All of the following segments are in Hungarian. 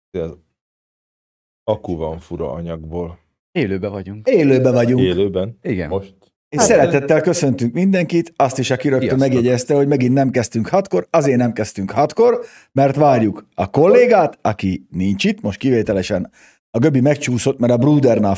Akku van fura anyagból. Élőben vagyunk. Élőben? Igen. Most? És szeretettel köszöntünk mindenkit, azt is, aki rögtön megjegyezte, hogy megint nem kezdtünk 6-kor, azért nem kezdtünk 6-kor, mert várjuk a kollégát, aki nincs itt, most kivételesen a Göbi megcsúszott, mert a Brudernál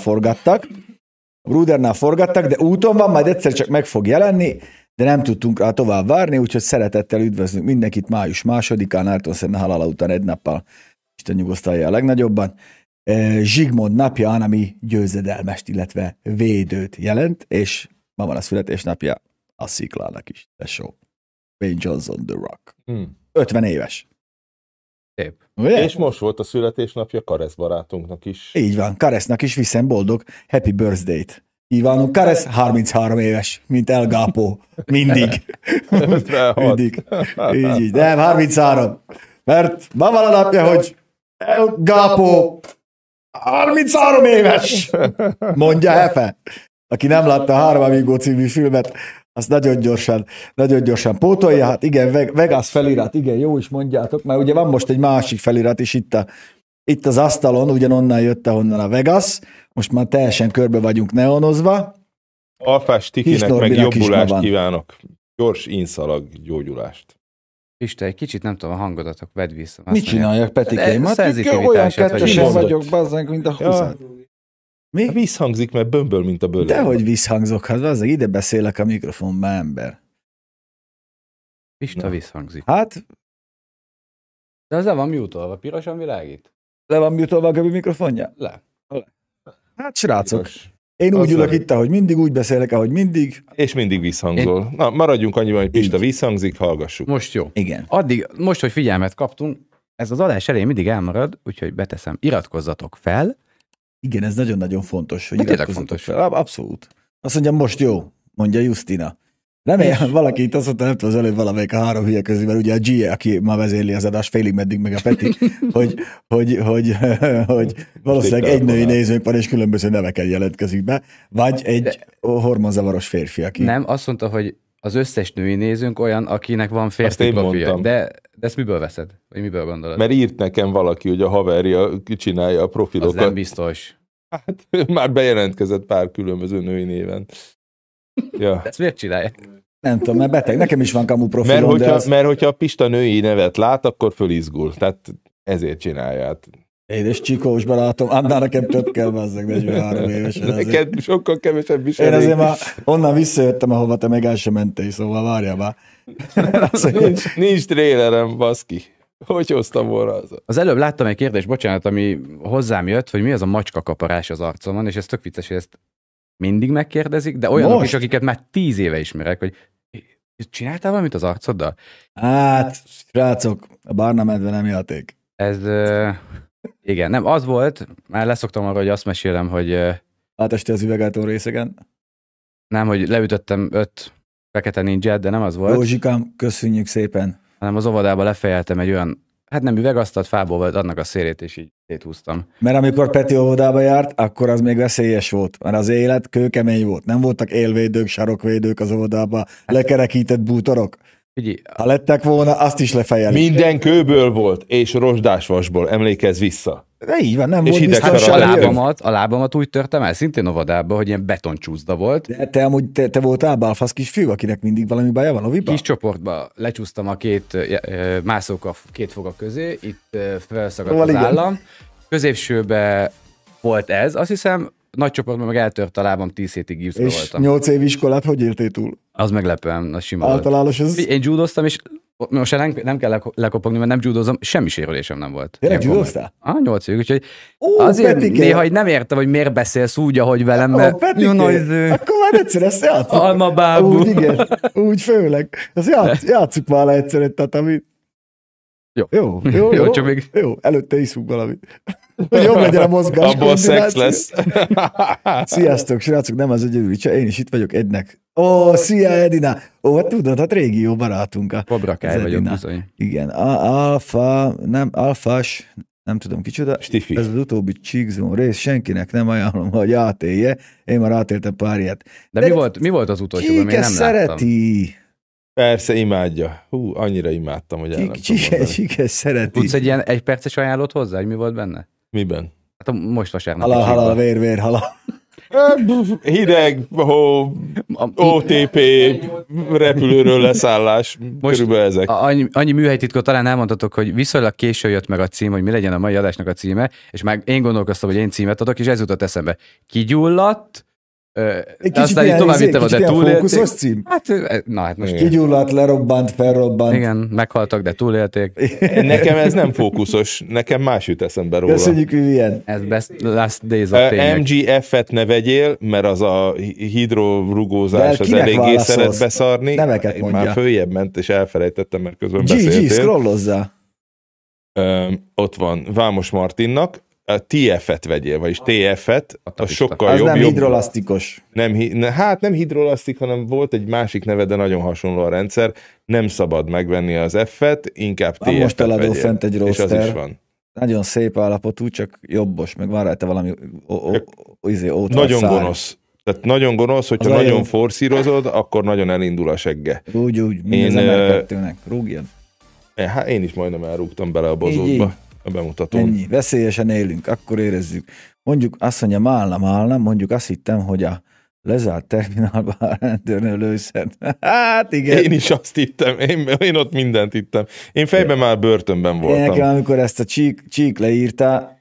forgattak, de úton van, majd egyszer csak meg fog jelenni, de nem tudtunk rá tovább várni, úgyhogy szeretettel üdvözlünk mindenkit május 2-án, Ayrton Senna halála után egy nappal, Isten nyugosztalja a legnagyobban. Zsigmond napja, ami győzedelmest, illetve védőt jelent, és ma van a születésnapja a Sziklának is, tesó. Wayne Johnson, The Rock. 50 éves. Szép. Ugye? És most volt a születésnapja Karesz barátunknak is. Így van, Karesznak is viszem boldog happy birthday-t. Kívánunk, Karesz 33 éves, mint El Gapo. Mindig. 56. Mindig. Így. Nem, 33. Mert ma van a napja, hogy El Gapo 33 éves! Mondja Hefe. Aki nem látta a Három Amigo című filmet, azt nagyon gyorsan pótolja. Hát igen, Vegas felirat, igen, jó is mondjátok, mert ugye van most egy másik felirat is itt az asztalon, ugyanonnan jött, ahonnan a Vegas. Most már teljesen körbe vagyunk neonozva. Alfás Tikinek meg jobbulást kívánok. Gyors inszalag gyógyulást. Isten, egy kicsit nem tudom, a hangodatok, vedd vissza. Mit csináljak, Petikém? Olyan kettesen vagyok, bazzánk, mint a 20. Mi? Visszhangzik, mert bömböl, mint a bőle. Dehogy visszhangzok, hát bazzánk, ide beszélek a mikrofonba, ember. Isten visszhangzik. Hát... De az le van mute-olva, pirosan világít? Le van mute-olva a Gabi mikrofonja? Le. Hát srácok, én úgy ülök itt, ahogy mindig, úgy beszélek, ahogy mindig. És mindig visszhangzol. Na, maradjunk annyiban, hogy Pista visszhangzik, hallgassuk. Most jó. Igen. Addig, most, hogy figyelmet kaptunk, ez az adás elején mindig elmarad, úgyhogy beteszem, iratkozzatok fel. Igen, ez nagyon-nagyon fontos, hogy iratkozzatok fontos fel. Abszolút. Azt mondja, most jó, mondja Justina. Remélem, valaki itt azt mondta, nem tudom, az előbb valamelyik a három hülye közül, mert ugye a G, aki ma vezérli az adás, félig meddig meg a Peti, hogy valószínűleg egy női nézőnk van, és különböző neveken jelentkezik be, vagy egy hormonzavaros férfi, aki... Nem, azt mondta, hogy az összes női nézőnk olyan, akinek van férfi profilja. De ezt miből veszed? Vagy miből gondolod? Mert írt nekem valaki, hogy a haverja csinálja a profilokat. Az nem biztos. Hát már bejelentkezett pár különböző női néven. Ja. De ezt miért csinálják? Nem tudom, mert beteg. Nekem is van kamu profilom, mert hogyha a Pista női nevet lát, akkor fölizgul. Tehát ezért csinálja. Édes csikós barátom, annál nekem több kell, bazzeg, 43 évesen. Neked sokkal kevesebb is. Én azért már onnan visszajöttem, ahova te meg el sem mentél, szóval várjál már. nincs trélerem, baszki. Hogy hoztam volna az? Az előbb láttam egy kérdést, bocsánat, ami hozzám jött, hogy mi az a macska kaparás az arcomon, és ez tök vicces, hogy ezt mindig megkérdezik, de olyanok most is, akiket már 10 éve ismerek, hogy csináltál valamit az arcoddal? Hát, srácok, a barna medve nem játék. Ez, igen, nem, az volt, már leszoktam arra, hogy azt mesélem, hogy... Átesti az üvegáltó részegen? Nem, hogy leütöttem 5 fekete ninját, de nem az volt. Józsikám, köszönjük szépen. Hanem az óvodába lefejeltem egy olyan, hát nem üvegasztalt, fából volt annak a szélét, és így széthúztam. Mert amikor Peti óvodába járt, akkor az még veszélyes volt, mert az élet kőkemény volt. Nem voltak élvédők, sarokvédők az óvodába, lekerekített bútorok. Ha lettek volna, azt is lefejelik. Minden kőből volt, és rozsdásvasból, emlékezz vissza. De így van, nem és volt biztos. A lábamat úgy törtem el, szintén óvodába, hogy ilyen betoncsúszda volt. De te amúgy te voltál bálfasz kisfiú, akinek mindig valami baja van oviba? Kis csoportba lecsúsztam a mászók a két foga közé, itt felszagadt az állam. Középsőbe volt ez, azt hiszem, nagy csoportban meg eltört a lábam, 10 hétig gipszbe voltam. És 8 év iskolát hogy éltél túl? Az meglepően, az sima általános volt. Én judoztam, és most nem kell lekopogni, mert nem judozom, semmi sérülésem nem volt. Tényleg judoztál? 8 évig, úgyhogy azért Petike. Néha néha nem értem, hogy miért beszélsz úgy, ahogy velem, mert... Akkor már egyszer ezt játszunk. Almabábú. Úgy, igen, úgy főleg. Játsszuk már le egyszer egy tatamit. Jó, csak még... Jó, előtte iszunk valamit. Hogy jobb legyen a mozgás. Abból szex lesz. Sziasztok, srácok, nem az egyedül, én is itt vagyok Ednek. Szia Edina! Hát tudod, hát régi jó barátunk. Fabrakály vagyok bizony. Igen, alfás, nem tudom kicsoda. Stifi. Ez az utóbbi Cheekzone rész, senkinek nem ajánlom, hogy átélje. Én már átéltem pár ilyet. De mi volt az utolsó, mert nem szereti. Persze, imádja. Annyira imádtam, hogy el nem tudom mondani. Csike szereti. Tudsz egy ilyen egyperces ajánlót hozzá, hogy mi volt benne? Miben? Hát most vasárnap. Halal, vér, halal. Hideg, hó, OTP, repülőről leszállás, most körülbelül ezek. Annyi műhelytitkot talán elmondhatok, hogy viszonylag késő jött meg a cím, hogy mi legyen a mai adásnak a címe, és már én gondolkoztam, hogy én címet adok, és ez jutott eszembe. Kigyulladt, aztán így tovább vittem, de túlélték. Cím? Hát most kigyulladt, lerobbant, felrobbant. Igen, meghaltak, de túlélték. Nekem ez nem fókuszos, nekem más jut eszembe róla. Köszönjük, Vivien. Ez best last days of tényleg. MGF-et ne vegyél, mert az a hidrorugózás az eléggé szeret beszarni. Neveket mondja. Már följebb ment, és elfelejtettem, mert közben beszéltél. Scrollozzá. Ott van Vámos Martinnak. A TF-et vegyél, vagyis TF-et, az sokkal az jobb. Nem hidrolasztikus. Nem hidrolasztik, hanem volt egy másik neve, de nagyon hasonló a rendszer. Nem szabad megvenni az F-et, inkább TF-et most eladó vegyél. fent egy roster. És az is van. Nagyon szép állapotú, csak jobbos, meg van rajta valami nagyon gonosz. Tehát nagyon gonosz, hogyha nagyon forszírozod, akkor nagyon elindul a segge. Úgy, mint az MR2-nek. Rúgjon. Én is majdnem elrúgtam bele a bozótba. A bemutatón. Ennyi, veszélyesen élünk, akkor érezzük. Mondjuk azt mondja, málna, mondjuk azt hittem, hogy a lezárt terminálban a rendőrnő lőszer. Hát igen. Én is azt hittem, én ott mindent hittem. Én fejben már börtönben voltam. Nekem, amikor ezt a Csík leírta,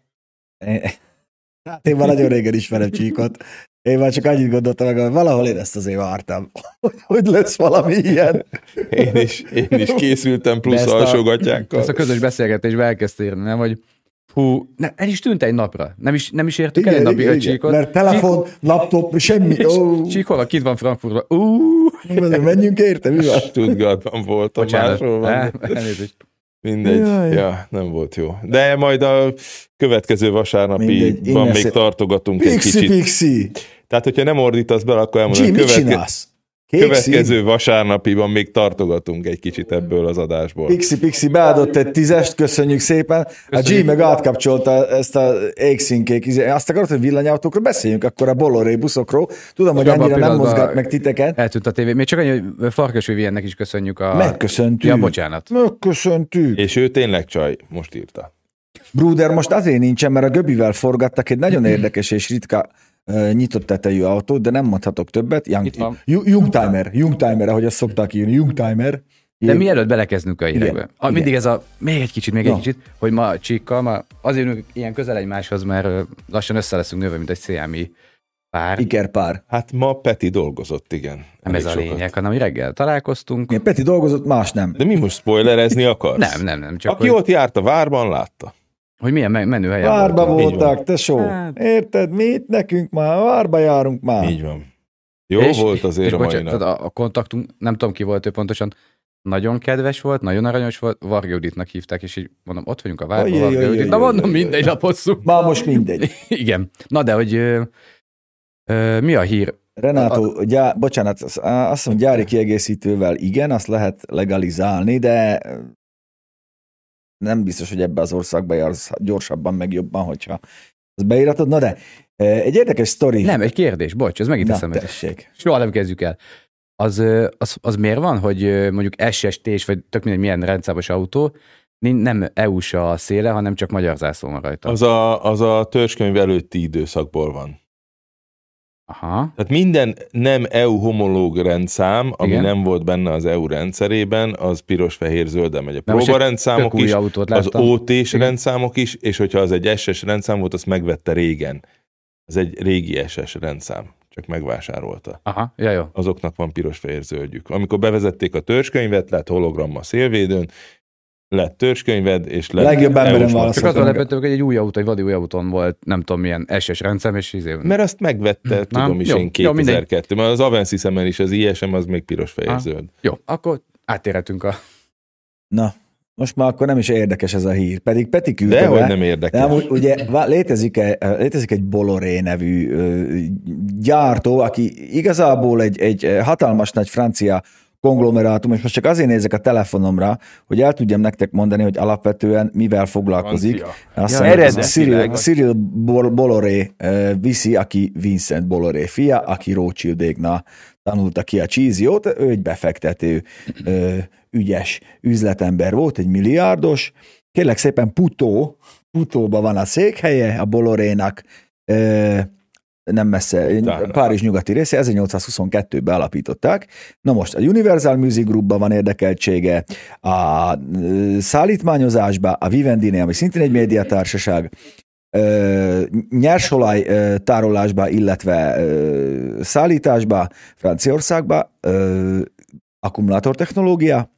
hát én már nagyon régen ismerem Csíkot, én már csak annyit gondoltam meg, hogy valahol én ezt azért vártam, hogy lesz valami ilyen. Én is készültem plusz alsógatjákkal. Ezt a közös beszélgetésben elkezdte írni, nem, hogy el is tűnt egy napra. Nem is értük el egy napig a Csíkot. Mert telefon, laptop, semmi. Csík hol, kint van Frankfurtban. Menjünk érte, mi van? Stuttgartban voltam. Elnézést. Mindegy. Ja, nem volt jó. De majd a következő vasárnapiban még tartogatunk egy kicsit. Pixi. Tehát, hogyha nem ordítasz bele, akkor elmondom, következő vasárnapiban még tartogatunk egy kicsit ebből az adásból. Pixi beadott egy 10-est, köszönjük szépen. A G meg átkapcsolta ezt a égszínkék. Azt akarod, hogy villanyautókról beszéljünk, akkor a Bolloré buszokról. Tudom, hogy annyira nem mozgat meg titeket. Eltűnt a tévé. Még csak annyi, hogy Farkas Viviennek is köszönjük a... Megköszöntük. Ja, bocsánat. Megköszöntük. És ő tényleg csaj, most írta. Bruder, most azért nincsen, mert a Göbivel forgattak egy nagyon érdekes és ritka nyitott tetejű autót, de nem mondhatok többet. Youngtimer, ahogy azt szokták írni, Youngtimer. De mielőtt belekezdünk a hírekbe. Mindig ez a, még egy kicsit, hogy ma Csíkkal, azért ülünk ilyen közel egymáshoz, mert lassan össze leszünk nőve, mint egy CMI pár. Ikerpár. Hát ma Peti dolgozott, igen. Nem ez a lényeg, hanem reggel találkoztunk. Igen, Peti dolgozott, más nem. De mi most spoilerezni akarsz? Nem. Csak aki ott járt a várban, látta. Hogy milyen menő helyen várba voltak, tesó. Hát. Érted? Mi itt nekünk már? Várba járunk már. Így van. Jó volt azért a mai nap. A kontaktunk, nem tudom ki volt ő pontosan, nagyon kedves volt, nagyon aranyos volt, Varga Juditnak hívták, és így mondom, ott vagyunk a várban, Varga Judit. Na mondom, mindegy, lapozzuk. Már most mindegy. Igen. Na de, hogy mi a hír? Renátó, bocsánat, azt mondom, gyári kiegészítővel igen, azt lehet legalizálni, de nem biztos, hogy ebbe az országba jársz gyorsabban, meg jobban, hogyha az beíratod. Na de, egy érdekes sztori. Nem, egy kérdés, bocs, ez megint eszembe. Soha nem kezdjük el. Az miért van, hogy mondjuk SST-s, vagy tök mindegy milyen rendszámos autó, nem EU-s a széle, hanem csak magyar zászló van rajta? Az a törzskönyv előtti időszakból van. Aha. Tehát minden nem EU homológ rendszám, ami nem volt benne az EU rendszerében, az piros-fehér-zöldel megy. A próbarendszámok is, az OT-s rendszámok is, és hogyha az egy SS rendszám volt, azt megvette régen. Ez egy régi SS rendszám, csak megvásárolta. Aha, ja, jó. Azoknak van piros-fehér-zöldjük. Amikor bevezették a törzskönyvet, lett hologramma szélvédőn, lett törzskönyved, és lett legjobb emberen választottam. Csak azon lepődtem, hogy egy új autó, egy vadi új autón volt, nem tudom milyen SS rendszám, és mert azt megvette, tudom is én 2002, mert az Avensis-en is az ISM az még piros-fehér-zöld. Jó, akkor átérhetünk a... Na, most már akkor nem is érdekes ez a hír, pedig Peti küldte be. Dehogy nem érdekes. De amúgy, ugye létezik egy Bolloré nevű gyártó, aki igazából egy hatalmas nagy francia konglomerátum, és most csak azért nézek a telefonomra, hogy el tudjam nektek mondani, hogy alapvetően mivel foglalkozik. Cyril Bolloré viszi, aki Vincent Bolloré fia, aki Rothschildékna tanulta ki a Csiziót, ő egy befektető, ügyes üzletember volt, egy milliárdos. Kérlek szépen Putóban van a székhelye, a Bollorénak, nem messze, Párizs nyugati része, 1822-ben alapították. Na most a Universal Music Groupban van érdekeltsége, a szállítmányozásban, a Vivendi-nél, ami szintén egy médiatársaság, nyersolaj tárolásba, illetve szállításba, Franciaországba, akkumulátortechnológia,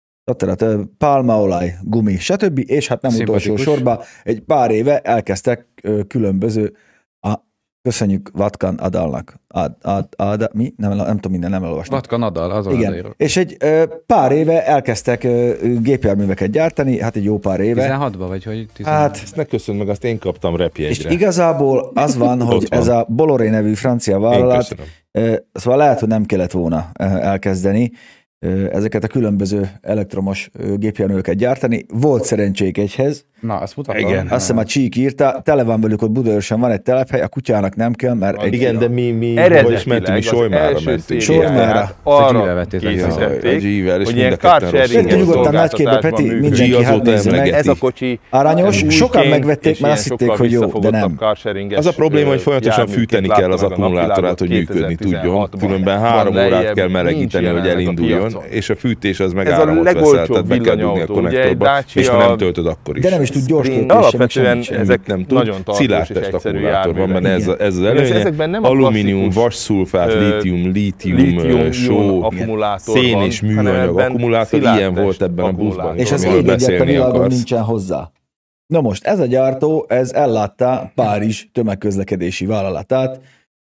pálmaolaj, gumi, stb. És hát nem utolsó sorban egy pár éve elkezdtek különböző köszönjük Vatkan Adalnak. Mi? Nem tudom, minden nem elolvastam. Vatkan Adal, azon igen. Azért. És egy pár éve elkezdtek gépjárműveket gyártani, hát egy jó pár éve. 16-ba vagy hogy? 16? Hát, ezt ne köszönj meg, azt én kaptam repjegyre. És igazából az van, hogy ez a Bolloré nevű francia vállalat, szóval lehet, hogy nem kellett volna elkezdeni ezeket a különböző elektromos gépjárműveket gyártani. Volt szerencsék egyhez. Na, azt mutatom. Igen. Azt hiszem a Csík írta, tele van velük ott Budaörsön, van egy telephely, a kutyának nem kell, mert igen, de mi hol is mentünk, mi Solymára mentünk. Solymára. Arra készítették, hogy ilyen carsharing nyugodtan nagyképbe, Peti, mindenki hát nézze meg. Ez a kocsi aranyos, sokan megvették, mert azt hitték, hogy jó, de nem. Az a probléma, hogy folyamatosan fűteni kell az akkumulátorát, hogy működni tudjon. Különben 3 órát kell melegíteni, hogy elinduljon, és a fűtés az meg áramot veszel, tehát be kell dugni a konnektorba, és nem töltöd akkor is. De nem is tud gyors töltés. Alapvetően ezek nem nagyon tartós és egyszerű járművek. Van benne ez az előnye. Alumínium, vasszulfát, lítium, só, szén és műanyag akkumulátor, ilyen volt ebben a buszban. És az ég egyet a világon nincsen hozzá. Na most, ez a gyártó, ez ellátta Párizs tömegközlekedési vállalatát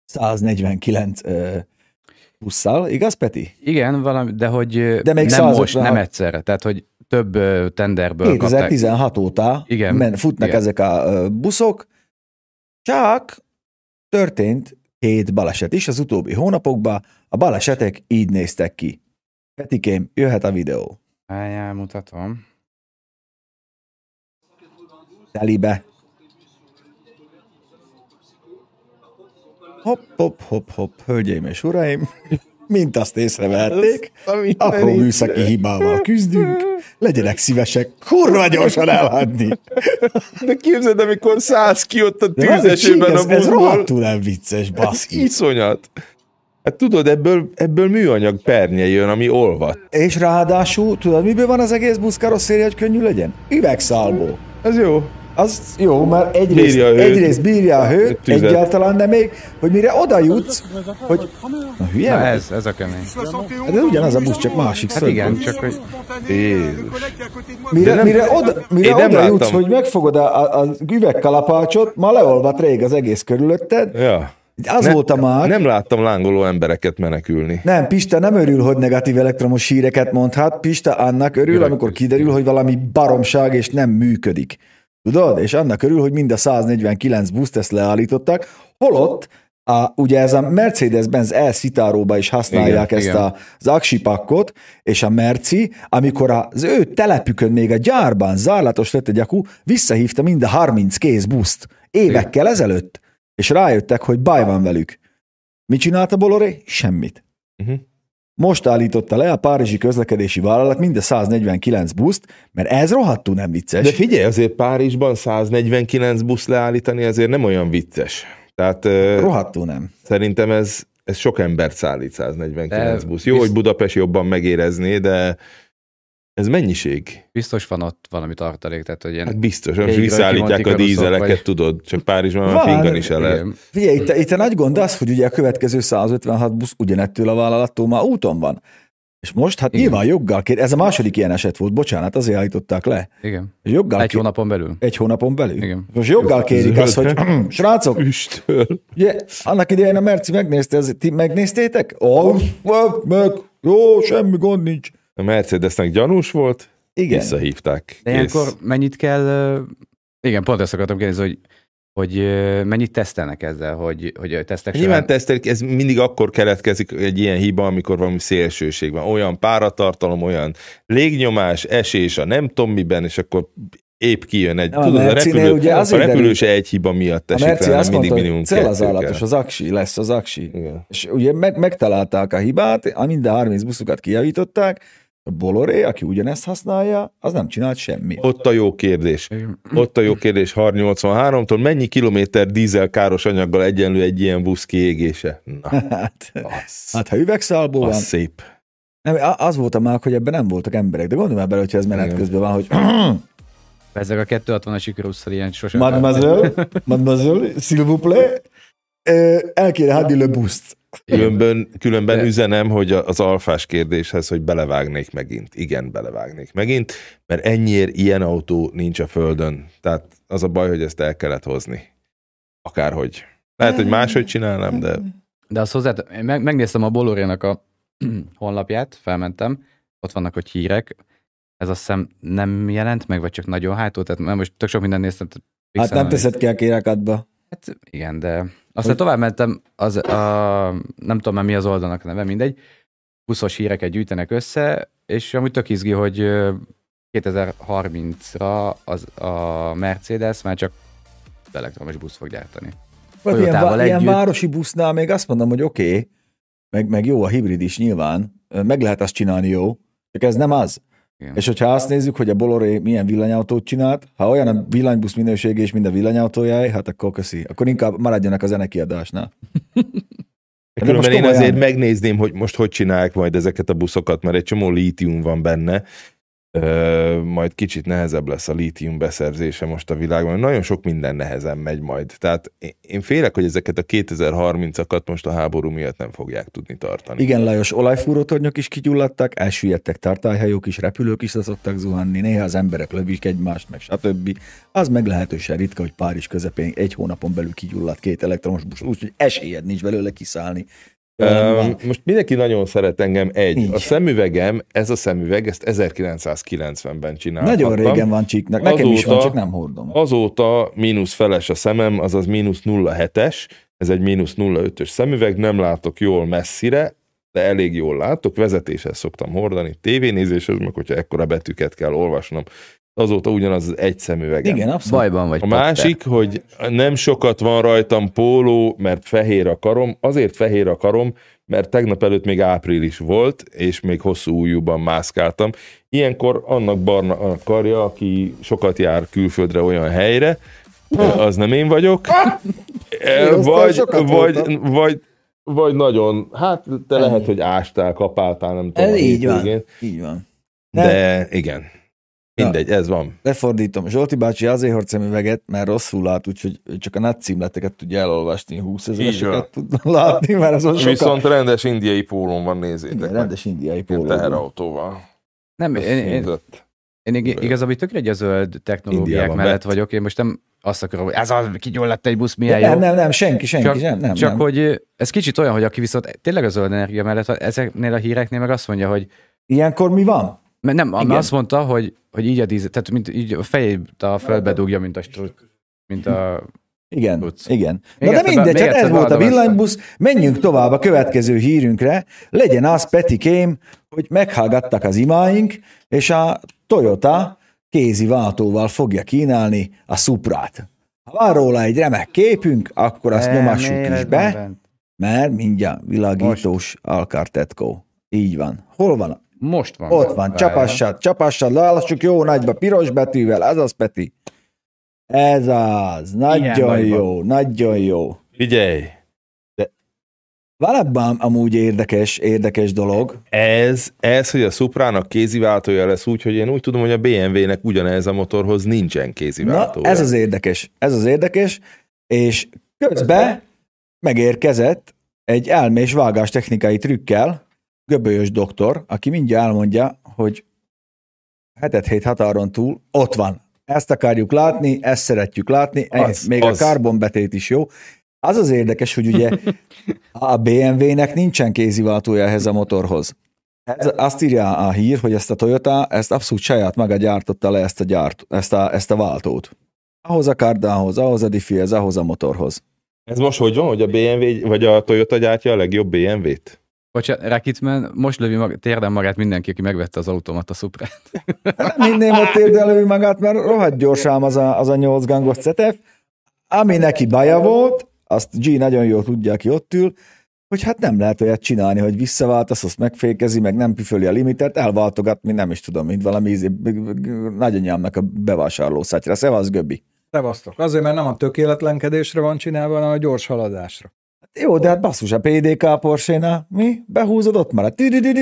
149 busszal, igaz, Peti? Igen, valami, de hogy de még nem most, nem egyszerre, tehát hogy több tenderből 2016 kapták. Óta futnak igen. ezek a buszok, csak történt 2 baleset is az utóbbi hónapokban, a balesetek így néztek ki. Petikém, jöhet a videó. Álljál, mutatom. Telibe. Hopp, hölgyeim és uraim, mint azt észrevehették, apró műszaki hibával küzdünk, legyenek szívesek kurva gyorsan elhagyni. De képzeld, amikor szállsz ki ott a tűzesében a buszból. Ez rohadtul nem vicces, baszki. Iszonyat. Hát tudod, ebből műanyag pernye jön, ami olvad. És ráadásul, tudod, miből van az egész buszkarosszéria, hogy könnyű legyen? Üvegszálból. Ez jó. Az jó, mert egyrészt bírja a hőt, egyáltalán, de még, hogy mire oda jutsz, hogy... Na hülye? Na ez a kemény. De ugyanaz a busz, csak másik szög. Hát igen, csak hogy... Mire oda jutsz, hogy megfogod az üvegkalapácsot, ma leolvad rég az egész körülötted. Ja. Az volt a már. Nem láttam lángoló embereket menekülni. Nem, Pista nem örül, hogy negatív elektromos híreket mondhat. Pista annak örül, amikor kiderül, hogy valami baromság és nem működik. Tudod? És annak örül, hogy mind a 149 buszt ezt leállítottak, holott ugye ez a Mercedes-Benz E-Citáróba is használják az aksipakkot, és a Merci, amikor az ő telepükön még a gyárban zárlatos lett egy akku, visszahívta mind a 30 kész buszt évekkel ezelőtt, és rájöttek, hogy baj van velük. Mit csinálta Bolloré? Semmit. Most állította le a párizsi közlekedési vállalat mind a 149 buszt, mert ez rohadtul nem vicces. De figyelj, azért Párizsban 149 busz leállítani azért nem olyan vicces. Tehát, rohadtul nem. Szerintem ez sok embert szállít 149 busz. Jó, hogy Budapest jobban megérezné, de ez mennyiség? Biztos van ott valami tartalék. Tehát, hogy hát biztos, most visszaállítják a dízeleket, vagy... tudod, csak Párizsban van fingani se lehet. Figyelj, itt a nagy gond az, hogy ugye a következő 156 busz ugyanettől a vállalattól már úton van. És most, hát nyilván joggal kér, ez a második ilyen eset volt, bocsánat, azért állították le. Igen. Joggal hónapon belül. Egy hónapon belül. Igen. Most joggal kérik azt, hogy srácok, ugye, annak idején a Merci megnézte, ti megnéztétek? Jó, semmi gond nincs. A Mercedesnek gyanús volt, igen. Visszahívták. De ilyenkor mennyit kell, igen, pont ezt akartam kérdezni, hogy mennyit tesztelnek ezzel, hogy tesztek során? Nyilván tesztelik, ez mindig akkor keletkezik egy ilyen hiba, amikor valami szélsőség van. Olyan páratartalom, olyan légnyomás, esés, a nem tudom miben, és akkor épp kijön egy, tudod, a repülő se egy hiba miatt esik rá, nem mindig minimum cél az állatos, az aksi, lesz az aksi. Igen. És ugye megtalálták a hibát, minden 30 buszokat kijavították, a Bolloré, aki ugyanezt használja, az nem csinált semmit. Ott a jó kérdés. 83-tól mennyi kilométer dízel káros anyaggal egyenlő egy ilyen busz kiégése? Na, hát ha üvegszalból van. Az szép. Nem, az volt a már, hogy ebben nem voltak emberek, de gondolj már bele, hogyha ez menet közben van, hogy... Ezek a 260-as Icarusszal ilyen sosem... Mademoiselle, s'il vous plaît, el kéne hagyni le buszt. Különben üzenem, hogy az alfás kérdéshez, hogy belevágnék megint. Igen, belevágnék megint, mert ennyiért ilyen autó nincs a földön. Tehát az a baj, hogy ezt el kellett hozni. Akárhogy. Lehet, hogy máshogy csinálnám, de... De azt hozzá, megnéztem a Bollorénak a honlapját, felmentem, ott vannak, hogy hírek, ez azt hiszem nem jelent meg, vagy csak nagyon hátul, tehát most tök sok mindent néztem. Hát nem teszed ki a kérekadba. Hát igen, de aztán tovább mentem, nem tudom már mi az oldalnak a neve, mindegy, buszos híreket gyűjtenek össze, és amúgy tök izgi, hogy 2030-ra a Mercedes már csak elektromos busz fog gyártani. Ilyen városi busznál még azt mondom, hogy oké, meg jó a hibrid is nyilván, meg lehet azt csinálni jó, csak ez nem az. Igen. És hogyha azt nézzük, hogy a Bolloré milyen villanyautót csinált, ha olyan a villanybusz minősége és mind a villanyautójáé, hát akkor köszi. Akkor inkább maradjanak a zenekiadásnál. Különben én azért megnézném, hogy most hogy csinálják majd ezeket a buszokat, mert egy csomó lítium van benne, majd kicsit nehezebb lesz a lítium beszerzése most a világban. Nagyon sok minden nehezen megy majd. Tehát én félek, hogy ezeket a 2030-akat most a háború miatt nem fogják tudni tartani. Igen, Lajos, olajfúrótornyok is kigyulladtak, elsüllyedtek tartályhajók is, repülők is szoktak zuhanni, néha az emberek lövik egymást, meg stb. Az meglehetősen ritka, hogy Párizs közepén egy hónapon belül kigyulladt 2 elektromos busz, úgyhogy esélyed nincs belőle kiszállni. Most mindenki nagyon szeret engem. A szemüvegem, ez a szemüveg, ezt 1990-ben csináltam. Nagyon régen van csíknak, nekem is van, csak nem hordom. Azóta mínusz feles a szemem, azaz mínusz 0,7-es, ez egy mínusz 0,5-ös szemüveg, nem látok jól messzire, de elég jól látok, vezetéshez szoktam hordani, tévénézéshez, meg hogyha ekkora betűket kell olvasnom. Azóta ugyanaz az egy szemüvegem. Igen, abszolút. Bajban vagy. A másik, hogy nem sokat van rajtam póló, mert fehér a karom. Azért fehér a karom, mert tegnap előtt még április volt, és még hosszú ujjúban mászkáltam. Ilyenkor annak barna a karja, aki sokat jár külföldre olyan helyre, az nem én vagyok. Vagy nagyon, hát te lehet, hogy ástál, kapáltál, nem tudom. Így van. De igen. Mindegy, ez van. Lefordítom. Zsolti bácsi azért hord szemüveget, mert rosszul lát, úgyhogy csak a nagy címleteket tudja elolvasni, 20 000-eseket tud látni, mert azon sokan... Viszont rendes indiai pólón van, nézzétek. Igen, rendes indiai pólón. Teherautóval. Nem, én igazából tökre egy a zöld technológiák mellett vagyok. Én most nem azt akarom, hogy ez a kigyulladt egy busz, milyen jó. Nem, senki nem. Csak hogy ez kicsit olyan, hogy aki viszont tényleg a zöld energia mellett, ezeknél a híreknél meg azt mondja, hogy... Ilyenkor mi van? Nem, azt mondta, hogy így a dízel, tehát mint így a fejét a földbe dugja, mint a Igen. Na de mindegy, hát ez volt a villanybusz, menjünk tovább a következő hírünkre, legyen az, Petikém, hogy meghallgattak az imáink, és a Toyota kézi váltóval fogja kínálni a Suprát. Ha van róla egy remek képünk, akkor azt nyomassuk is be, mert mindjárt világítós Alcartetco. Így van. Hol van? Most van. Ott van, csapassad, lássuk jó nagyba, piros betűvel, ez az, Peti. Ez az, nagyon jó. Figyelj! Van ebben amúgy érdekes dolog. Ez, hogy a Suprának kéziváltója lesz úgy, hogy én úgy tudom, hogy a BMW-nek ugyanez a motorhoz nincsen kéziváltója. Na, ez az érdekes, és közben megérkezett egy elmés vágás technikai trükkel, Göbölyös doktor, aki mindjárt elmondja, hogy hét határon túl ott van. Ezt akarjuk látni, ezt szeretjük látni, még a karbonbetét is jó. Az érdekes, hogy ugye a BMW-nek nincsen kéziváltója ehhez a motorhoz. Azt írja a hír, hogy ezt a Toyota, ezt abszolút saját maga gyártotta le ezt a váltót. Ahhoz a kardához, ahhoz a diffihez, ahhoz a motorhoz. Ez most hogy van, hogy a BMW vagy a Toyota gyártja a legjobb BMW-t? Bocsánat, Rakitman, most lövi térden magát mindenki, aki megvette az Automata Suprát. Minden ott térden lövi magát, mert rohadt gyorsan az a 8 gangos CTF, ami neki baja volt, azt G nagyon jól tudja, aki ott ül, hogy hát nem lehet olyat csinálni, hogy visszaváltasz, azt megfékezi, meg nem püföli a limitert, elváltogat, mint nem is tudom, mint valami nagyanyámnak a bevásárlószátyra. Szevasz, Göbbi. Szevasztok. Azért, mert nem a tökéletlenkedésre van csinálva, hanem a gyors haladásra. Jó, de hát basszus, a PDK Porsche-nál mi? Behúzod, ott marad.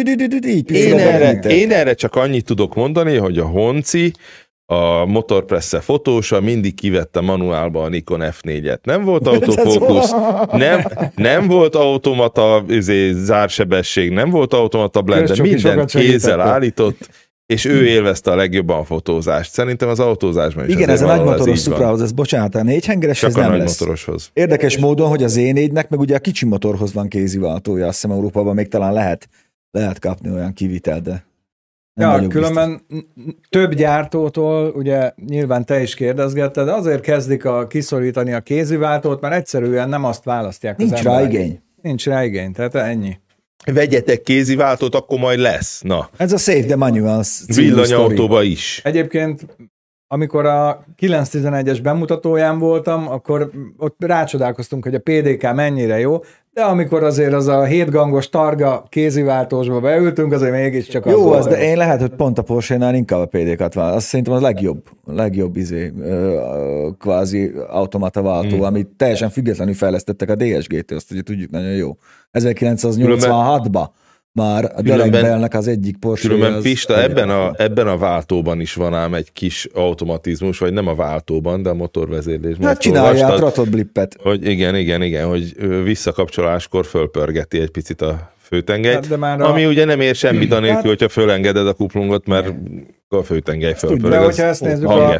Én erre csak annyit tudok mondani, hogy a Honci a motorpressze fotósa mindig kivette manuálba a Nikon F4-et. Nem volt autofókusz, nem volt automata zársebesség, nem volt automata blender, mindent kézzel állított, és ő élvezte a legjobban a fotózást. Szerintem az autózásban is. Igen, ez a nagymotoros Suprahoz, ez bocsánat, a 4 hengeres ez nem lesz. Motoroshoz. Érdekes módon, hogy az E4-nek meg ugye a kicsi motorhoz van kéziváltója, azt hiszem Európában még talán lehet kapni olyan kivitelt, de ja, különben több gyártótól, ugye nyilván te is kérdezgetted, azért kezdik kiszorítani a kéziváltót, mert egyszerűen nem azt választják az emberek. Nincs rá igény. Nincs rá igény, tehát ennyi. Vegyetek kéziváltót, akkor majd lesz. Na. Ez a Save the Manual villanyautóba is. Egyébként, amikor a 911-es bemutatóján voltam, akkor ott rácsodálkoztunk, hogy a PDK mennyire jó, de amikor azért az a 7 gangos targa kéziváltósba beültünk, azért mégiscsak az jó, az, de én lehet, hogy pont a Porsche-nál inkább a PDK-t választ. Azt szerintem az legjobb kvázi automata váltó, amit teljesen függetlenül fejlesztettek a DSG-től, azt ugye tudjuk, nagyon jó. 1986-ban már a Derek Bellnek az egyik Porsche. Különben Pista, ebben a váltóban is van ám egy kis automatizmus, vagy nem a váltóban, de a motorvezérlésben. Hát csinálja a tratod blippet. Hogy igen, hogy visszakapcsoláskor fölpörgeti egy picit a főtengelyt, ami ugye nem ér semmit anélkül, hogyha fölengeded a kuplungot, mert a főtengely fölpörög. De hogyha ezt nézzük, a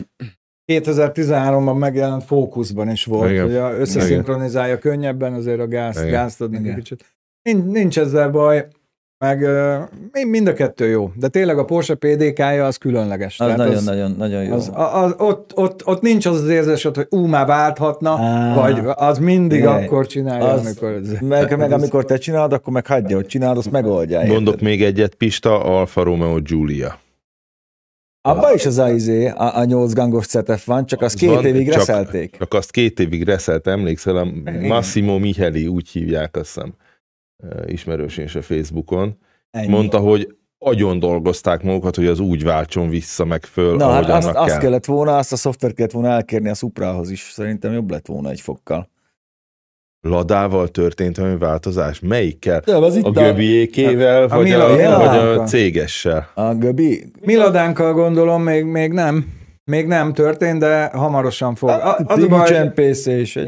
2013-ban megjelent Focusban is volt, hogy összeszinkronizálja könnyebben, azért a gázt adni kicsit. Nincs ezzel baj, meg mind a kettő jó, de tényleg a Porsche PDK-ja az különleges. Az nagyon jó. Ott nincs az érzés, hogy már válthatna, vagy az mindig akkor csinálja, amikor... Meg amikor te csinálod, akkor meg hagyja, hogy csinálod, azt megoldja. Mondok még egyet, Pista, Alfa Romeo Giulia. Abban is a 8 gangos CTF van, csak azt 2 évig reszelték. Csak azt 2 évig reszelte, emlékszel, a Massimo Micheli, úgy hívják, azt hiszem, ismerősén is a Facebookon. Ennyi. Mondta, hogy agyon dolgozták magukat, hogy az úgy váltson vissza, meg föl, na, ahogy hát azt kellett volna, azt a szoftvert kellett volna elkérni a Suprához is. Szerintem jobb lett volna egy fokkal. Ladával történt valami változás? Melyikkel? A Göbiékével, vagy a cégessel? A Göbi? Mi Ladánkkal gondolom, még nem. Még nem történt, de hamarosan fog. Az a baj, csempészés.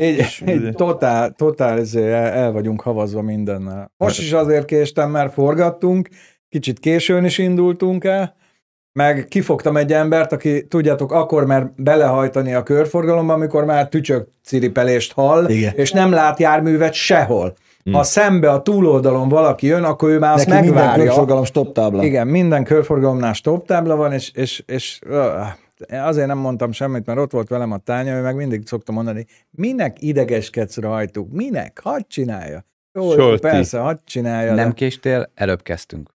Totál el vagyunk havazva mindennel. Most is azért késtem, mert forgattunk, kicsit későn is indultunk el, meg kifogtam egy embert, aki, tudjátok, akkor már belehajtani a körforgalomba, amikor már tücsök ciripelést hall, igen, és nem lát járművet sehol. Ha szembe a túloldalon valaki jön, akkor ő már azt megvárja. Minden körforgalom stop tábla. Igen, minden körforgalomnál stop tábla van, és azért nem mondtam semmit, mert ott volt velem a Tánya, ő meg mindig szoktam mondani, minek idegeskedsz rajtuk? Minek? Hadd csinálja. Jó, persze, hadd csinálja. Nem késtél, előbb kezdtünk.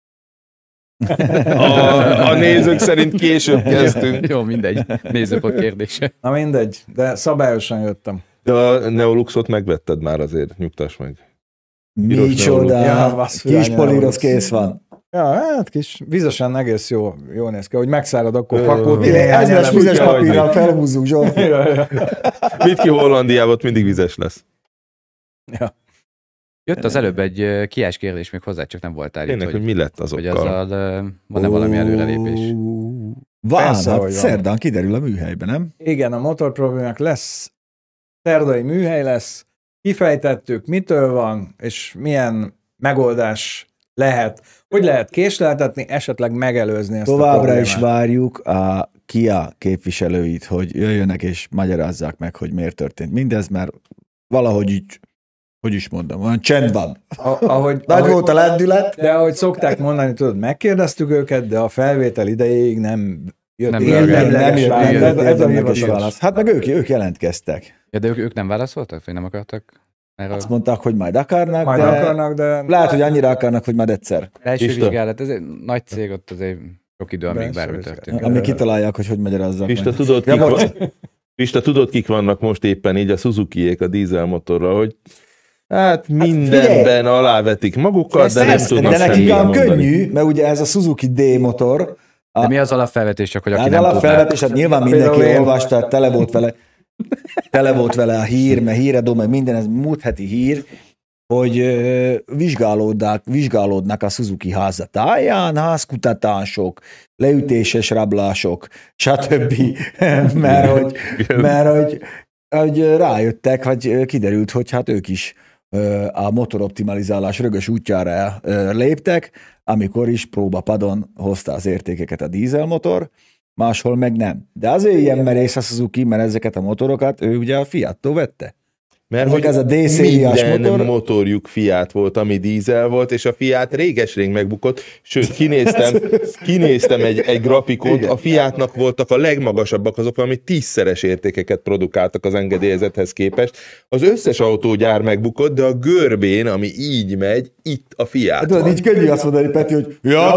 A nézők szerint később kezdtünk. Jó, mindegy. Nézőpont kérdése. Na mindegy, de szabályosan jöttem. De a Neoluxot megvetted már azért, nyugtass meg. Micsoda, kis polírosz kész van. Ja, hát kis vizesen egész jó néz ki. Hogy megszárad, akkor fakót. Ezres vizes papírral felhúzzuk, Zsolt. Vidd ki Hollandiába, ott mindig vizes lesz. Ja. Jött az előbb egy kiás kérdés még hozzá, csak nem voltál itt. Tényleg, hogy mi lett azokkal? Hogy azzal van-e valami előrelépés? Van, hát szerdán kiderül a műhelyben, nem? Igen, a motor problémák lesz. Szerdai műhely lesz. Kifejtettük, mitől van, és milyen megoldás lehet. Hogy lehet késleltetni, esetleg megelőzni ezt továbbra a problémát. Is várjuk a Kia képviselőit, hogy jöjjönek és magyarázzák meg, hogy miért történt mindez, mert valahogy így, hogy is mondom, olyan csend van. Nagy volt a lendület. De ahogy szokták mondani, tudod, megkérdeztük őket, de a felvétel idejéig nem jött. Nem jött válasz. Hát meg ők jelentkeztek. Ja, de ők nem válaszoltak, vagy nem akartak? Azt mondták, hogy majd akarnak, de lehet, hogy annyira akarnak, hogy majd egyszer. Első vizsgálat, ez egy nagy cég, ott azért sok idő, amíg bármi történik. Amíg kitalálják, hogy magyarázzak. Pista, tudod, kik vannak most éppen így a Suzuki-ék a dízelmotorral, hogy hát mindenben alávetik magukat, de nem tudnak semmit mondani. De nekik könnyű, mert ugye ez a Suzuki D-motor. De mi az alapfelvetés, csak hogy aki nem alapfelvetés, hát nyilván mindenki olvasta, tele volt vele a hír, mert híradó, meg minden, ez múlt heti hír, hogy vizsgálódnak a Suzuki házatáján, házkutatások, leütéses rablások, stb. mert hogy rájöttek, hogy kiderült, hogy hát ők is a motoroptimalizálás rögös útjára léptek, amikor is próbapadon hozta az értékeket a dízelmotor, máshol meg nem. De azért ilyen merész a Suzuki, mert ezeket a motorokat ő ugye a Fiattól vette. Mert hogy ez a minden motorjuk Fiat volt, ami dízel volt, és a Fiat réges-rég megbukott, sőt, kinéztem egy grafikont, a Fiatnak voltak a legmagasabbak azok, ami 10-szeres értékeket produkáltak az engedélyezethez képest. Az összes autógyár megbukott, de a görbén, ami így megy, itt a Fiat van. Így könnyű azt mondani, Peti, hogy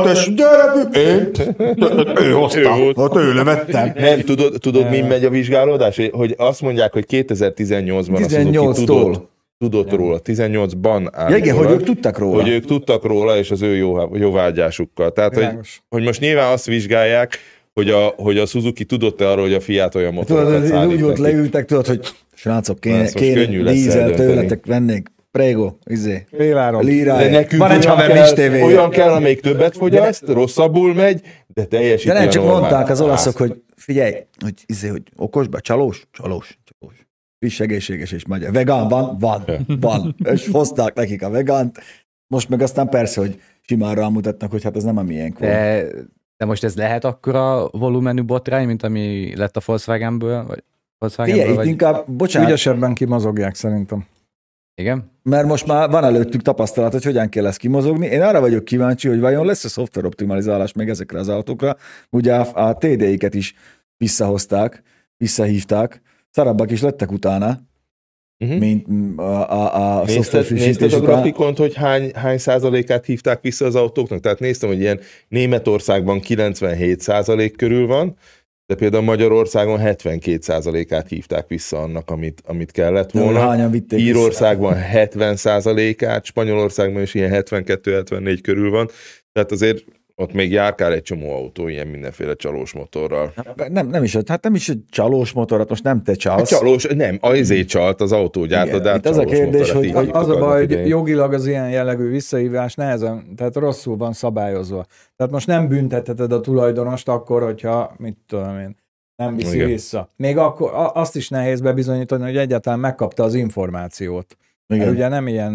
ő hozta, hát ő levettem. Nem, tudod, mi megy a vizsgálódás? Hogy azt mondják, hogy 2018-ban a Suzuki tudott róla, 18-ban állítólag. Igen, hogy ők tudtak róla. Hogy ők tudtak róla, és az ő jóvágyásukkal. Tehát, hogy most nyilván azt vizsgálják, hogy a Suzuki tudott-e arról, hogy a Fiat olyan motorokat szállít. Úgy volt, leültek, tudod, hogy srácok, kéne dízel tőletek vennék. Prego, de nekünk olyan kell, amelyik többet fogyaszt, rosszabbul megy, de teljesít. De nem csak mondták az olaszok, hogy figyelj, hogy okosba, csalós. Friss, egészséges és magyar. Vegán van. És hozták nekik a vegánt. Most meg aztán persze, hogy simán rámutatnak, hogy hát ez nem a miénk volt. De most ez lehet akkora volumenű botrány, mint ami lett a Volkswagenből? Vagy Volkswagenből, inkább, bocsánat. Ügyesebben kimozogják szerintem. Igen? Mert most már van előttük tapasztalat, hogy hogyan kell ezt kimozogni. Én arra vagyok kíváncsi, hogy vajon lesz a szoftver optimalizálás még ezekre az autókra. Ugye a TD-iket is visszahívták, szarabbak is lettek utána, mint a szoftver frissítés után. Nézted a grafikont, hogy hány százalékát hívták vissza az autóknak? Tehát néztem, hogy ilyen Németországban 97% körül van, de például Magyarországon 72%-át hívták vissza annak, amit kellett volna. Írországban 70%-át, Spanyolországban is ilyen 72-74 körül van. Tehát azért ott még járkál egy csomó autó ilyen mindenféle csalós motorral. Nem is egy csalós motor, most nem te csalsz. Azért csalt az autógyártó, de az a kérdés, hogy az a baj, hogy jogilag az ilyen jellegű visszahívás nehezen, tehát rosszul van szabályozva. Tehát most nem büntetheted a tulajdonost akkor, hogyha, mit tudom én, nem viszi vissza. Még akkor azt is nehéz bebizonyítani, hogy egyáltalán megkapta az információt. Mert ugye nem ilyen,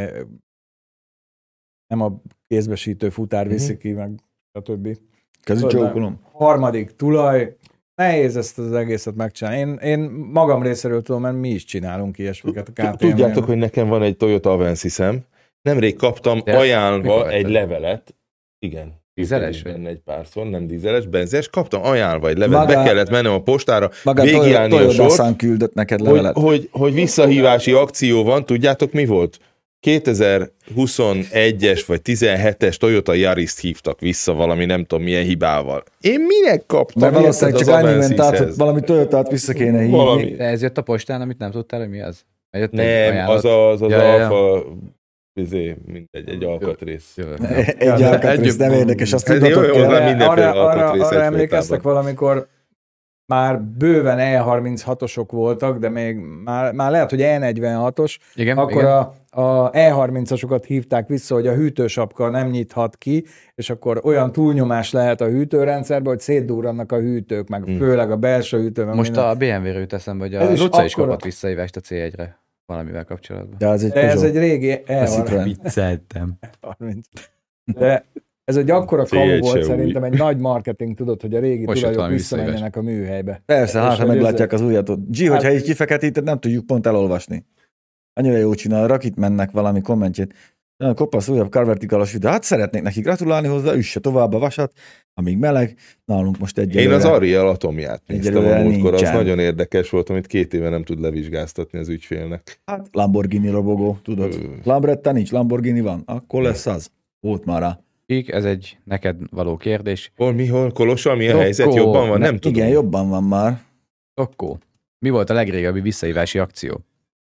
nem a kézbesítő futár viszi ki, meg a többi. Harmadik tulaj, nehéz ezt az egészet megcsinálni. Én magam részéről tudom, mert mi is csinálunk ilyesmiket a KTM-en. Tudjátok, hogy nekem van egy Toyota Avensis-em. Nemrég kaptam ajánlva egy levelet. Igen. Dízeles? Benne egy párszor, nem dízeles, benzines. Kaptam ajánlva egy levelet, be kellett mennem a postára, végigjárni a sort, küldött neked levelet. Hogy visszahívási akció van, tudjátok mi volt? 2021-es vagy 17-es Toyota Yaris-t hívtak vissza valami nem tudom milyen hibával. Én minek kaptam? Mert valószínűleg csak annyi ment át, hogy valami Toyotát vissza kéne hívni. De ez jött a postán, amit nem tudtál, hogy mi az? Nem, az Alfa... egy alkatrész. Egy alkatrész, nem érdekes, azt tudatok kell. Arra emlékeztek valamikor már bőven E36-osok voltak, de még már lehet, hogy E46-os, akkor a E30-asokat hívták vissza, hogy a hűtősapka nem nyithat ki, és akkor olyan túlnyomás lehet a hűtőrendszerben, hogy szétdurrannak a hűtők, meg főleg a belső hűtő. Most a BMW-ről jut eszembe, hogy a Luca is kapott visszahívást a C1-re valamivel kapcsolatban. De ez egy régi E30. Vicceltem. De ez egy akkora kamu volt szerintem, egy nagy marketing, tudod, hogy a régi tulajok visszamenjenek a műhelybe. Persze, hát ha meglátják az újat. G, hogyha így kifeketíted, nem tudjuk pont elolvasni. Annyira jó csinál, rakit mennek valami kommentjét. Kopasz újabb karvertikalos videó. Hát szeretnék neki gratulálni hozzá, üsse tovább a vasat, amíg meleg. Nálunk most egyelőre... Én az Ariel atomját néztem a múltkor, az nagyon érdekes volt, amit 2 éve nem tud levizsgáztatni az ügyfélnek. Hát Lamborghini robogó, tudod. Lambretta nincs, Lamborghini van, akkor lesz az. Volt már rá. Ez egy neked való kérdés. Hol? Kolossal mi a helyzet? Jobban van? Nem tudom. Igen, jobban van már. Tokkó. Mi volt a legrégebbi visszahívási akció?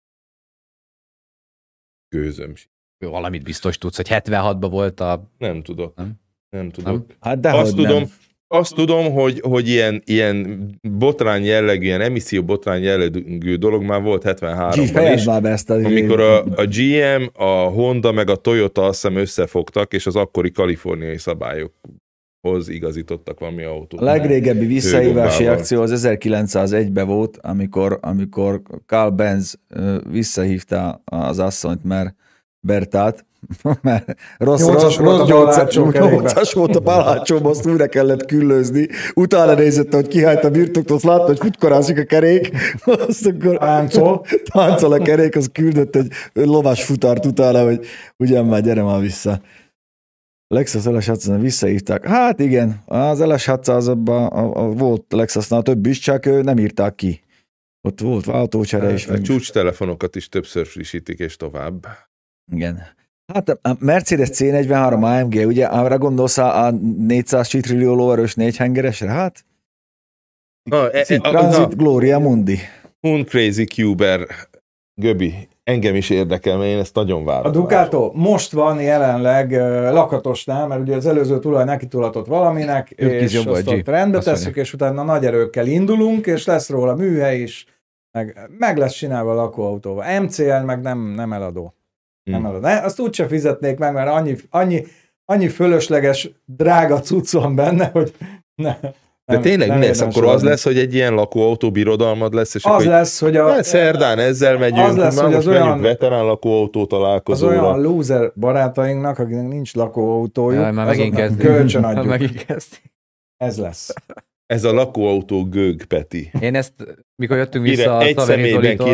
Gőzöm. Valamit biztos tudsz, hogy 76-ban volt a... Nem tudok. Nem tudok. Hát azt tudom, hogy ilyen botrány jellegű, ilyen emisszió botrány jellegű dolog már volt 73-ban is, amikor a GM, a Honda meg a Toyota azt hiszem összefogtak, és az akkori kaliforniai szabályokhoz igazítottak valami autót. A legrégebbi visszahívási akció az 1901-ben volt, amikor Carl Benz visszahívta az asszonyt, mert Bertát, mert rossz 8-as volt a palhácsóban, azt újra kellett küllőzni. Utána nézett, hogy kihányt a birtokt, azt látta, hogy futkorázik a kerék, azt akkor táncol a kerék, az küldött egy lovas futart utána, hogy ugyan már gyere már vissza. Lexus LS600 visszaírták. Hát igen, az LS600 azonban volt Lexusnál több is, csak nem írták ki. Ott volt autócsere is. A csúcstelefonokat is többször frissítik, és tovább. Igen. Hát a Mercedes C43 AMG, ugye arra gondolsz a 400 trillió lóerős 4 hengeresre? Hát Transit Gloria Mundi. Crazy Cuber, Göbi, engem is érdekel, mert én ezt nagyon várom. A Ducato most van jelenleg Lakatosnál, mert ugye az előző tulaj nekitulatott valaminek, és azt ott rendbe tesszük, és utána nagy erőkkel indulunk, és lesz róla műhely is, meg lesz csinálva a lakóautóval. MCL meg nem eladó. Nem eladó. Azt úgyse fizetnék meg, mert annyi fölösleges, drága cucc van benne, hogy de tényleg mi lesz? Akkor az lesz, hogy egy ilyen lakóautó birodalmad lesz, és az lesz, hogy szerdán ezzel megyünk, az lesz, hogy az olyan veterán lakóautó találkozóra. Az olyan loser barátainknak, akiknek nincs lakóautójuk, azoknak kölcsönadjuk. Ez lesz. Ez a lakóautó gőg, Peti. Én ezt, mikor jöttünk vissza a Szaveri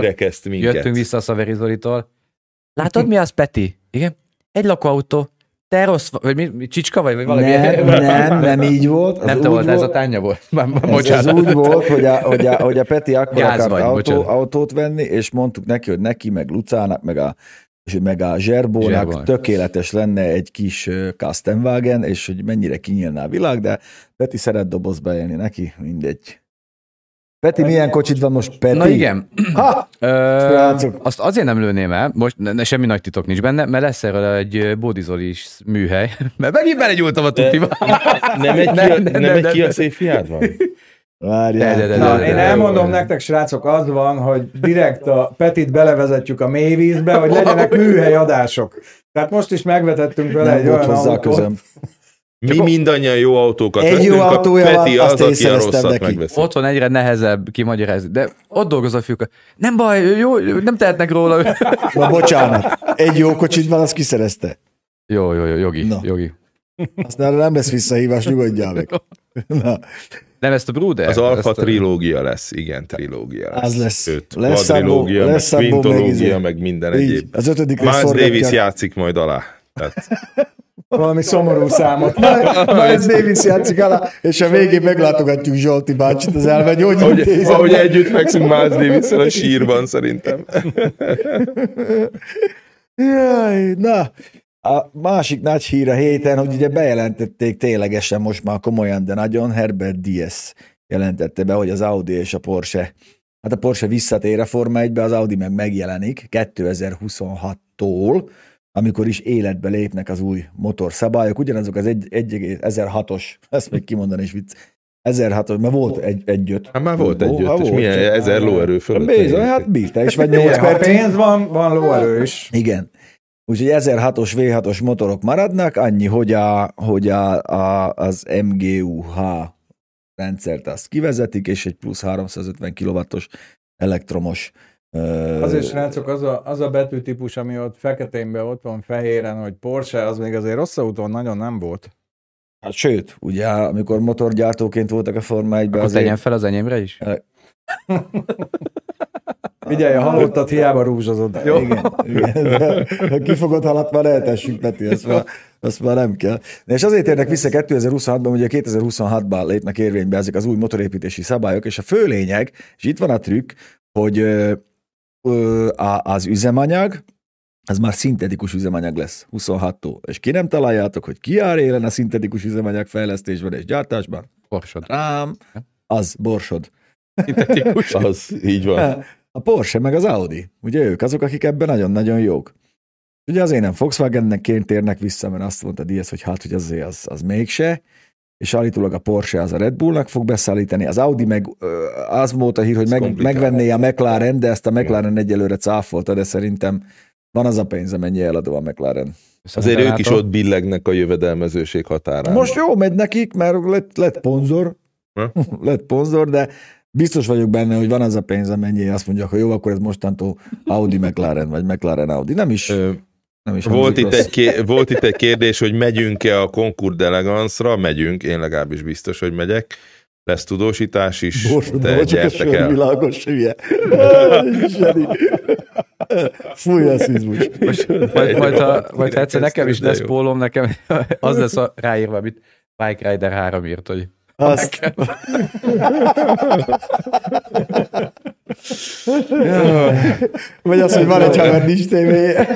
Zolitól, látod, mi az, Peti? Igen? Egy lakóautó. Te rossz, vagy mi, csicska vagy valami? Nem így volt. Nem te volt, ez a Tánya volt. Ez úgy volt, hogy a Peti akkor akart autót venni, és mondtuk neki, hogy neki, meg Lucának, meg a Zserbónak tökéletes lenne egy kis Kastenwagen, és hogy mennyire kinyílná a világ, de Peti szeret dobozba élni neki, mindegy. Peti, milyen kocsid van most, Peti? Na igen. Azt azért nem lőném el, most semmi nagy titok nincs benne, mert lesz erről egy Bódizolis műhely. Mert megint belegyúltam a tutiba. Nem egy Kia Cefiad van? Én elmondom nektek, srácok, az van, hogy direkt a Petit belevezetjük a mélyvízbe, hogy legyenek műhelyadások. Tehát most is megvetettünk vele egy olyan autót. Mi mindannyian jó autókat veszünk, jó autója Peti van, az, aki a rosszat megveszi. Otthon egyre nehezebb kimagyarázni, de ott dolgozó fiúk. Nem baj, jó, nem tehetnek róla. Na bocsánat, egy jó kocsit van, azt kiszerezte. Jó, jogi. Aztán nem lesz visszahívás, nyugodjál meg. Na. Nem ezt a Bruder? Az Alfa trilógia lesz, igen, trilógia lesz. Az lesz. Lesz quadrilógia, meg quintológia, meg minden egyéb. Az 5. Miles Davis játszik majd alá. Valami szomorú számot. Miles Davis játszik alá, és a végén meglátogatjuk Zsolti bácsit, az elmegy, ahogy együtt fekszünk Miles Davis-szel a sírban, szerintem. Jaj, na, a másik nagy hír a héten, hogy ugye bejelentették ténylegesen most már komolyan, de nagyon, Herbert Diess jelentette be, hogy az Audi és a Porsche, hát a Porsche visszatér a Forma 1-be, az Audi meg megjelenik 2026-tól, amikor is életbe lépnek az új motorszabályok, ugyanazok az 1006-os, ezt még kimondani is vicc, 1006-os, mert volt egy-öt. Hát már volt egy-öt, és milyen 1000 lóerő fölött. Bizony, hát bírta, és vagy 8 perc. Ha pénz van lóerő is. Igen. Úgyhogy 1006-os, V6-os motorok maradnak, annyi, hogy az MGU-H rendszert azt kivezetik, és egy plusz 350 kW-os elektromos azért, srácok, az a betűtípus, ami ott feketényben ott van fehéren, hogy Porsche, az még azért rossz autón nagyon nem volt. Hát sőt, ugye, amikor motorgyártóként voltak a Forma 1-ben akkor azért... tegyen fel az enyémre is? Figyelj, a halottat hiába rúzsozod. Jó? Igen. A kifogott halat már eltessük, Peti, azt már nem kell. És azért érnek vissza 2026-ban, ugye 2026-ban lépnek érvénybe ezek az új motorépítési szabályok, és a fő lényeg, és itt van a trükk, hogy az üzemanyag, az már szintetikus üzemanyag lesz 26-tól. És ki nem találjátok, hogy ki jár élen a szintetikus üzemanyag fejlesztésben és gyártásban? Borsod. Rám, az Borsod. Szintetikus. Az így van. A Porsche meg az Audi. Ugye ők azok, akik ebben nagyon-nagyon jók. Ugye azért nem Volkswagennek térnek vissza, mert azt mondta Diaz, hogy hát, hogy az mégse, és állítólag a Porsche az a Red Bullnak fog beszállítani, az Audi meg az volt a hír, hogy megvenné a McLaren, de ezt a McLaren egyelőre cáfolta, de szerintem van az a pénz, amennyi eladó a McLaren. Azért ők is ott billegnek a jövedelmezőség határán. Most jó megy nekik, mert lett szponzor, lett szponzor, de biztos vagyok benne, hogy van az a pénz, amennyi azt mondják, hogy jó, akkor ez mostantól Audi McLaren, vagy McLaren Audi. Nem is volt itt egy kérdés, hogy megyünk-e a Concours d'Elegance-ra? Megyünk, én legalábbis biztos, hogy megyek. Lesz tudósítás is, de gyertek el. Világos hülye. Fúj a szizmus. Majd ha egyszer nekem is lesz pólom, nekem az lesz ráírva, amit Bike Rider 3 írt, hogy azt. Vagy az, hogy van egy haver nincs tévéje.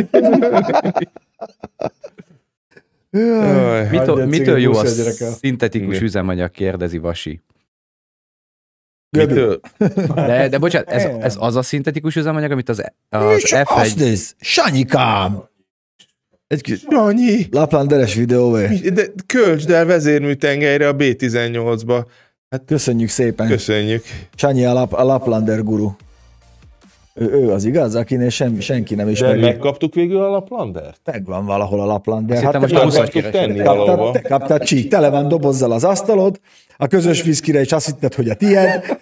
Mitől jó a szintetikus üzemanyag, kérdezi Vasi. Mitől? De bocsánat, ez az a szintetikus üzemanyag, amit az F1... Azt nézd, Sanyikám! Sanyi! Laplanderes videó. De költsd el vezérműtengelyre a B18-ba. Hát köszönjük szépen. Köszönjük. Sanyi a Laplander guru. Ő az igaz, akinél senki nem ismeri. De megkaptuk végül a Laplandert? Megvan valahol a Laplander. Hát most akartuk tenni valahova. Te kaptad csík, tele van dobozzal az asztalod, a közös viszkire is azt hitted, hogy a tiéd.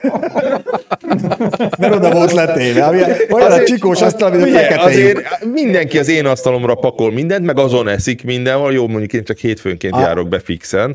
Mert oda volt letéve. Olyan a csikós asztal, amit a feketéjük. Mindenki az én asztalomra pakol mindent, meg azon eszik mindenhol. Jó, mondjuk én csak hétfőnként járok be fixen.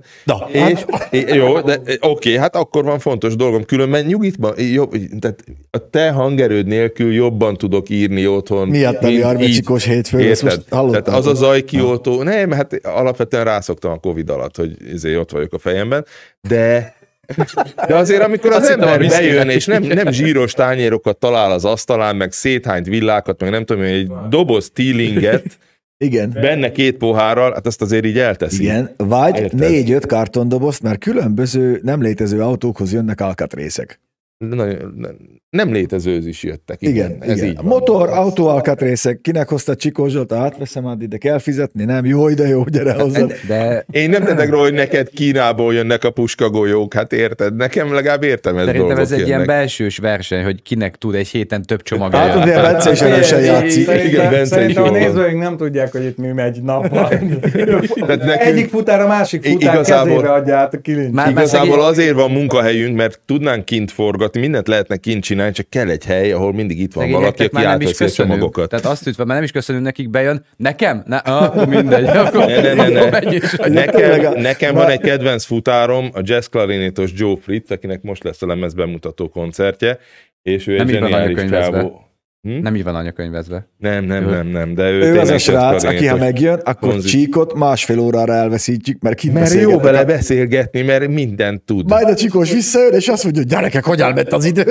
Jó, de oké, hát akkor van fontos dolgom. Különben nyugitban, tehát a te hangerőd nélkül jobban tudok írni otthon. Miatt a Jarmi csikós hétfőn, ezt most hallottam. Tehát az a zajkioltó, nem, hát alapvetően rászoktam a Covid alatt, hogy ott vagyok a fejemben, de azért, amikor az ember bejön, és nem zsíros tányérokat talál az asztalán, meg széthányt villákat, meg nem tudom, egy doboz tealinget, igen. Benne 2 pohárral, hát azt azért így elteszi. Igen, vagy 4-5 kartondobozt, mert különböző nem létező autókhoz jönnek alkatrészek. Nem létezőz is jöttek. Igen. Így motor, autó alkatrészek, kinek hozta Csikó Zsolt, átveszem addig, de kell fizetni, nem? Jó, gyere hozzá. De... Én nem tettek róla, hogy neked Kínából jönnek a puskagolyók, hát érted? Nekem legalább értem ez dolgok. Szerintem ez egy ilyen belsős verseny, hogy kinek tud egy héten több csomagot. Hát ugye Bence is erősen játszik. Szerintem a nézőink nem tudják, hogy itt mi megy nappal. Egyik futár a másik futár kezébe adja át a kilincs. Igazából azért van munkahelyünk, mert tudnánk kint forgatni, mindent lehetne kint csinálni, csak kell egy hely, ahol mindig itt van valaki, aki átveszi a csomagokat. Tehát azt ütve, már nem is köszönünk nekik, bejön. Nekem? Mindegy. Nekem van egy kedvenc futárom, a jazz klarinétos Joe Fritt, akinek most lesz a lemez bemutató koncertje, és ő egy zseniális csávó. Nem így van anyakönyvezve. Nem, de ő az a srác, aki ha megjön, akkor Csíkot 1,5 órára elveszítjük, mert jó vele beszélgetni, mert mindent tud. Majd a Csikós visszajön, és azt mondja, hogy gyerekek, hogy elment az idő?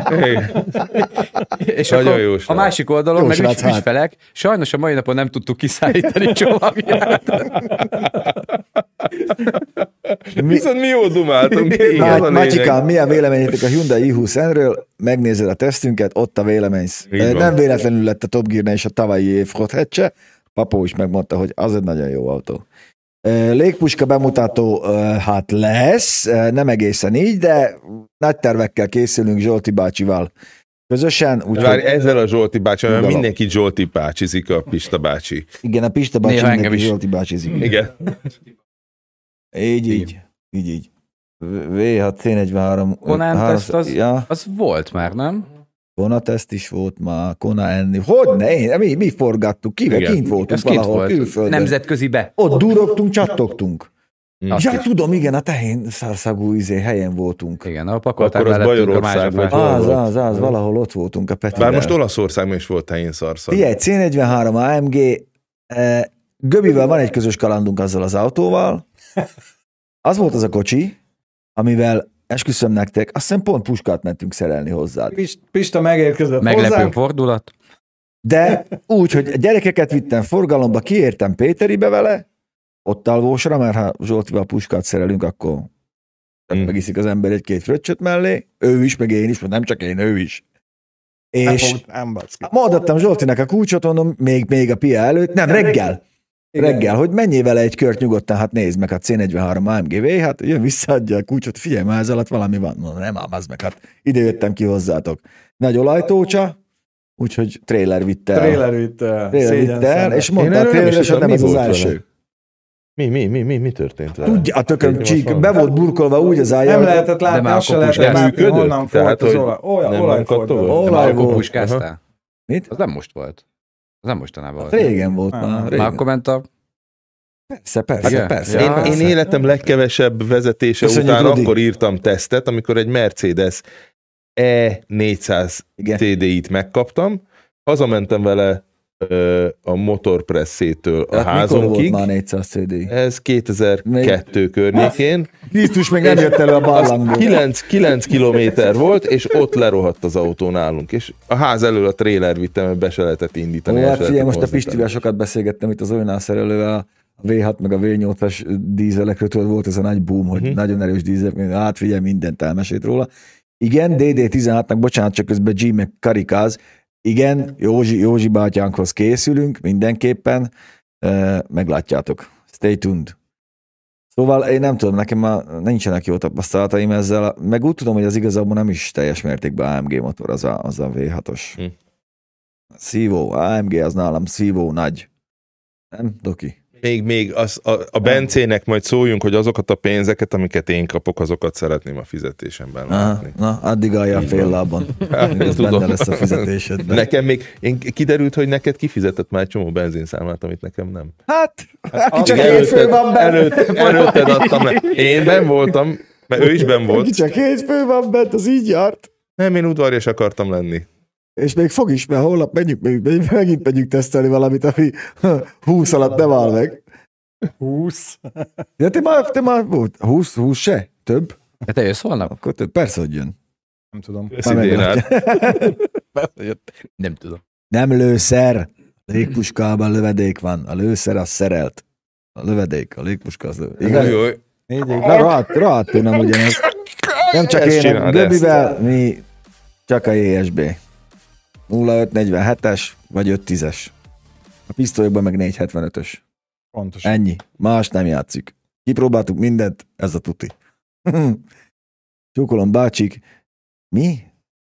És akkor a másik oldalon meg ügyfelek, sajnos a mai napon nem tudtuk kiszállítani csomagját. Viszont mi jól dumáltunk. Matyikám, mi a véleményetek a Hyundai i20N-ről? Megnézed a tesztünket, ott a vélemény. Nem véletlenül lett a Top Gear-ne és a tavalyi év hot-hatche. Papó is megmondta, hogy az egy nagyon jó autó. Légpuska bemutató, hát lesz, nem egészen így, de nagy tervekkel készülünk Zsolti bácsival közösen. Ezzel a Zsolti bácsival, mert mindenki Zsolti bácsizik, a Pista bácsi. Igen, a Pista bácsi mindenki Zsolti bácsizik. Igen. Így. V6 C43. Kona teszt az volt már, nem? Kona teszt is volt már, Kona enni. Hogyne? Mi forgattuk? Kint voltunk valahol külföldön. Nemzetközibe. Ott durogtunk, csattogtunk. Ja, tudom, igen, a tehén szarszagú helyen voltunk. Igen, a pakolták mellettünk a mások. Az, valahol ott voltunk a Petivel. Bár most Olaszországban is volt tehén szarszag. Figyelj, C43 AMG, Göbivel van egy közös kalandunk azzal az autóval. Az volt az a kocsi, amivel esküszöm nektek, azt hiszem pont puskát mentünk szerelni hozzá. Pista megérkezett meglepő fordulat. De úgy, hogy a gyerekeket vittem forgalomba, kiértem Péteribe vele, ott alvósra, mert ha Zsoltival puskát szerelünk, akkor megiszik az ember egy-két fröccsöt mellé, ő is, meg én is, nem csak én, ő is. És ma adattam Zsoltinak a kulcsot, mondom, még a pia előtt, nem, reggel, hogy menjél vele egy kört nyugodtan, hát nézd meg, hát C43 AMG, hát jön visszaadja a kulcsot, figyelj, már ez alatt valami van, mondom, nem ám, az meg, hát ide jöttem ki hozzátok. Nagy olajtócsa, úgyhogy trailer vitt el, és mondta a trailer, hogy nem ez az első. Mi történt vele? Tudja, a tököm csík, be volt burkolva úgy az állja. Nem lehetett látni, azt se lehetett látni, honnan folyt az olaj. Olaj volt. Puskáztál? Mit? Az nem most volt. Az nem mostanában volt. Régen volt már. Már akkor ment a... Persze. Én életem legkevesebb vezetése után akkor írtam tesztet, amikor egy Mercedes E400 TDI-t megkaptam, hazamentem vele a motorpresszétől a házunkig. Volt már 400 CDI? Ez 2002 környékén. Krisztus még nem jött elő a barlangból. 9 kilométer volt, és ott lerohadt az autó nálunk. És a ház elől a trailer vittem, mert be se lehetett indítani. Hát figyelj, most a Pistivel sokat beszélgettem itt az olyanál szerelővel, a V6 meg a V8-as dízelekről volt ez a nagy boom, hogy nagyon erős dízel, hát figyelj, mindent elmesélt róla. Igen, DD16-nak, bocsánat, csak közben G meg karikáz. Igen, Józsi bátyánkhoz készülünk, mindenképpen, meglátjátok. Stay tuned. Szóval én nem tudom, nekem már nincsenek jó tapasztalataim ezzel, meg úgy tudom, hogy az igazából nem is teljes mértékben AMG motor, az a V6-os. Szívó, AMG az nálam szívó nagy. Nem, Doki? Még a Bencének majd szóljunk, hogy azokat a pénzeket, amiket én kapok, azokat szeretném a fizetésemben látni. Na, addig állja a fél lábon. Ez benne lesz a fizetésedben. Nekem még kiderült, hogy neked kifizetett már egy csomó benzinszámlát, amit nekem nem. Hát csak hétfő van bent. Előtted adtam le. Én benn voltam, mert ő is benn volt. Csak hétfő van bent, az így járt. Nem, én udvarjas akartam lenni. És még fog is, mert holnap megint megyünk tesztelni valamit, ami 20 alatt nem áll meg. 20? Ja, te már volt. 20 se? Több? Ja, te jössz holnap? Akkor több. Persze, hogy jön. Nem tudom. Nem tudom. Nem lőszer. Légpuskában lövedék van. A lőszer az szerelt. A lövedék, a légpuska az lövedék. Rohadtul nem ugyanaz. Nem csak én, a Göbivel, mi csak a ESB. 0547-es, vagy 510-es. A pisztolyokban meg 475-ös. Pontosan. Ennyi. Más nem játszik. Kipróbáltuk mindent, ez a tuti. Csókolom bácsik. Mi?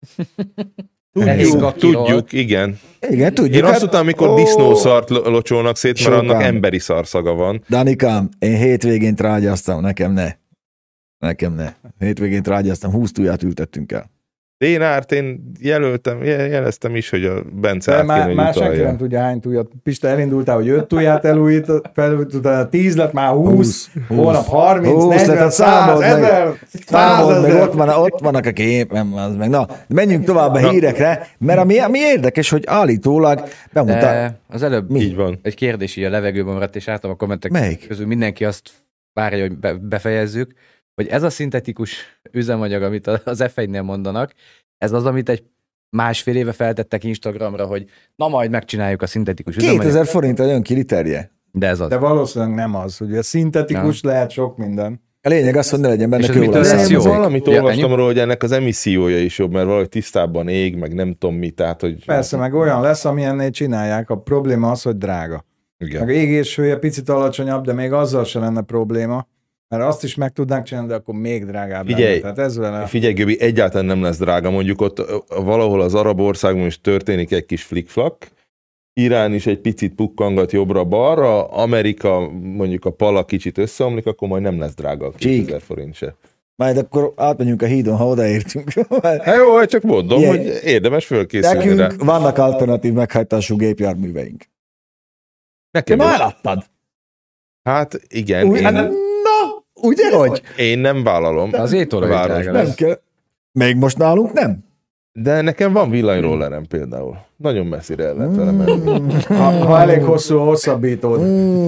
Tudjuk, igen. Igen, tudjuk. Én azt tudtam, amikor disznószart locsolnak szét, mert annak emberi szarszaga van. Danikám, én hétvégén trágyáztam, nekem ne. Hétvégén trágyáztam, 20 tuját ültettünk el. Én jeleztem is, hogy a Bence át kéne, hogy már senki nem tudja, hány túljat. Pista elindultál, hogy 5 túlját felújítotál, 10 lett, már 20, holnap 30, 40, 100, 1000, 100 meg ott vannak a képem, az meg. Na, menjünk tovább a hírekre, mert ami érdekes, hogy állítólag bemutatta. Az előbb így van. Egy kérdés így a levegőben maradt, és álltam a kommentek közül mindenki azt várja, hogy befejezzük, hogy ez a szintetikus üzemanyag, amit az F1-nél mondanak, ez az, amit egy másfél éve feltettek Instagramra, hogy na majd megcsináljuk a szintetikus üzemanyagot. 2000 forinttal jön ki literje. De ez az. De valószínűleg nem az. Ugye a szintetikus lehet sok minden. A lényeg az, hogy ne legyen benne kőolaj. Valamit olvastam róla, hogy ennek az emissziója is jobb, mert valahogy tisztában ég, meg nem tudom mi, tehát hogy... Persze, meg olyan lesz, amilyennél csinálják. A probléma az, hogy drága. Igen. Meg égéshője picit alacsonyabb, de még azzal se lenne probléma. Mert azt is meg tudnánk csinálni, de akkor még drágább. Figyelj, Göbi, egyáltalán nem lesz drága. Mondjuk ott valahol az arab országban is történik egy kis flick-flak. Irán is egy picit pukkangat jobbra-balra, Amerika mondjuk a pala kicsit összeomlik, akkor majd nem lesz drága 2000 forint se. Majd akkor átmenjünk a hídon, ha odaértünk. Jó, csak mondom, hogy érdemes fölkészülni rá. Nekünk vannak alternatív meghajtású gépjárműveink. Nekem már láttad? Hát igen. Ugye, hogy? Én nem vállalom. Az étolaj nem kell. Még most nálunk nem? De nekem van villanyrollerem például. Nagyon messzire el lehet vele menni. Ha elég hosszú, hosszabbítód.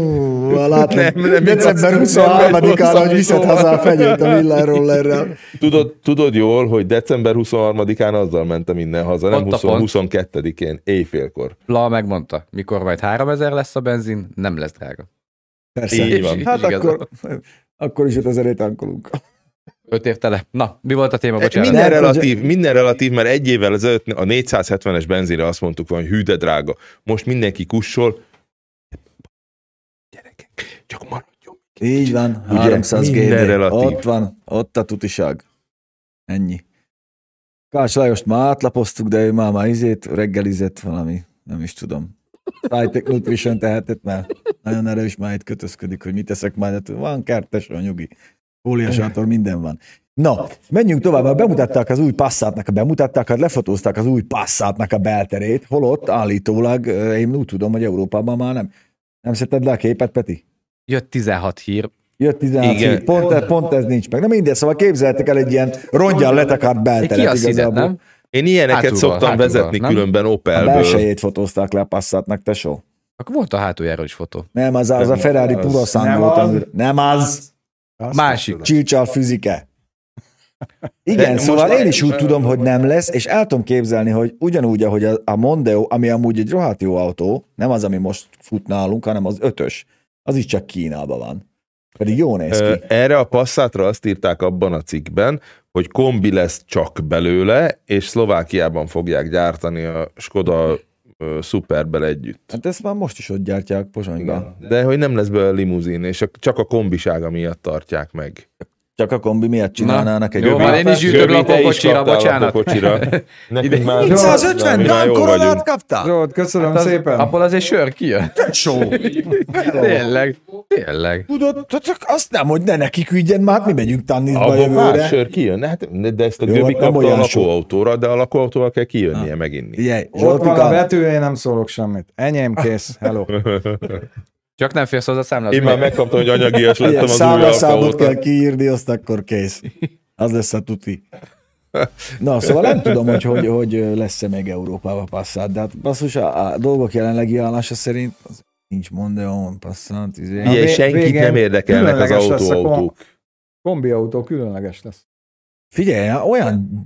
December 23-ára, hogy viszed haza a fenyőt a villanyrollerrel. Tudod jól, hogy december 23-án azzal mentem innen haza, nem 22-én, éjfélkor. La megmondta, mikor majd 3000 lesz a benzin, nem lesz drága. Persze. Így van. Hát akkor is 5000-ét tankolunk. 5 év tele. Na, mi volt a téma? Bocsánat. Minden relatív, mert egy évvel ezelőtt a 470-es benzinre azt mondtuk, hogy hű, de drága. Most mindenki kussol. Gyerekek, csak maradjon. Így van, 300 GD. Ott van, ott a tutiság. Ennyi. Kács Lajost már átlapoztuk, de ő már reggelizett valami, nem is tudom. Scientech Nutrition tehetett, mert nagyon erős már itt kötözködik, hogy mit teszek majd. Van kertes, a nyugi. Fóliasátor, minden van. Na, menjünk tovább. Bemutatták az új Passatnak, lefotózták az új Passatnak a belterét, holott állítólag, én úgy tudom, hogy Európában már nem szedted le a képet, Peti? Jött 16 hír. Hír. Pont ez nincs meg. Na mindegy, szóval képzeltek el egy ilyen rongyal letakart belteret. Ki azt hiszed, nem? Én ilyeneket szoktam vezetni, nem? Különben Opelből. A belsejét fotózták le a Passatnak, tesó. Akkor volt a hátuljáról is fotó. Nem, az a Ferrari Purosan volt. Nem az. Másik. Csícsal fűzike. Igen, szóval én is úgy tudom, hogy nem lesz, és el tudom képzelni, hogy ugyanúgy, ahogy a Mondeo, ami amúgy egy rohadt jó autó, nem az, ami most fut nálunk, hanem az 5-ös, az is csak Kínában van. Pedig jó néz ki. Erre a Passatra azt írták abban a cikkben, hogy kombi lesz csak belőle, és Szlovákiában fogják gyártani a Skoda Superbel együtt. Hát ezt már most is ott gyártják Pozsonyban. De hogy nem lesz belőle limuzin, és csak a kombisága miatt tartják meg. Csak a kombi miatt csinálnának egy... Jó, már én is gyűjtök lakókocsira, bocsánat. Nekünk már 150 koronát kaptál? Zsolt, köszönöm szépen. Abból azért sör kijön. Só. Tényleg. Tudod, csak azt nem, hogy ne nekik ügyen, már mi megyünk tannízba jövőre. Abból sör kijön, de ezt a Göbi kapta a lakóautóra, de a lakóautóval kell kijönnie meginni. Ott van a vető, én nem szólok semmit. Enyém, kész, hello. Csak nem félsz hozzá számlázni. Én már megkaptam, hogy anyagias lettem az új számlaszámot kell kiírni, azt akkor kész. Az lesz a tuti. Na, szóval nem tudom, hogy lesz-e még Európában Passat, de hát basszus, a dolgok jelenlegi állása szerint nincs Mondeo, Passat. Senkit nem érdekelnek az autók. Kombiautó különleges lesz. Figyelj, olyan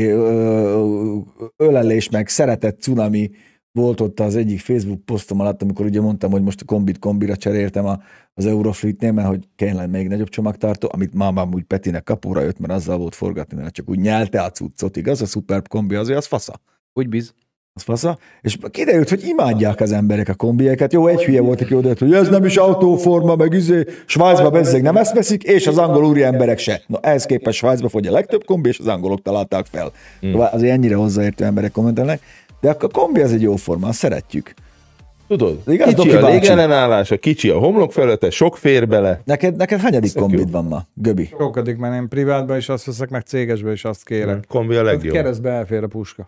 ölelés meg szeretett cunami volt ott az egyik Facebook posztom alatt, amikor ugye mondtam, hogy most a kombit kombira cseréltem az Eurofleetnél, mert hogy kellene még nagyobb csomagtartó, amit már úgy Petinek kapóra jött, mert azzal volt forgatni, mert csak úgy nyelte a cuccot, igaz? A Superb kombi az fasza. Úgy biz. Az fasza. És kiderült, hogy imádják az emberek a kombieket. Jó, egy hülye volt, aki odajött, hogy ez nem is autóforma, meg Svájcba bezzeg nem ezt veszik, és az angol úri emberek se. Na, ehhez képest Svájcba fogy a legtöbb kombi, és az angolok találták fel. Azért ennyire hozzáértő emberek kommentelnek. De a kombi az egy jó forma, azt szeretjük. Tudod, igaz, kicsi a légellenállása, kicsi a homlokfelülete, sok fér bele. Neked hanyadik kombid van ma, Göbi? Sokadik, mert én privátban is azt veszek, meg cégesben is azt kérek. Kombi a legjobb. Keresztbe elfér a puska.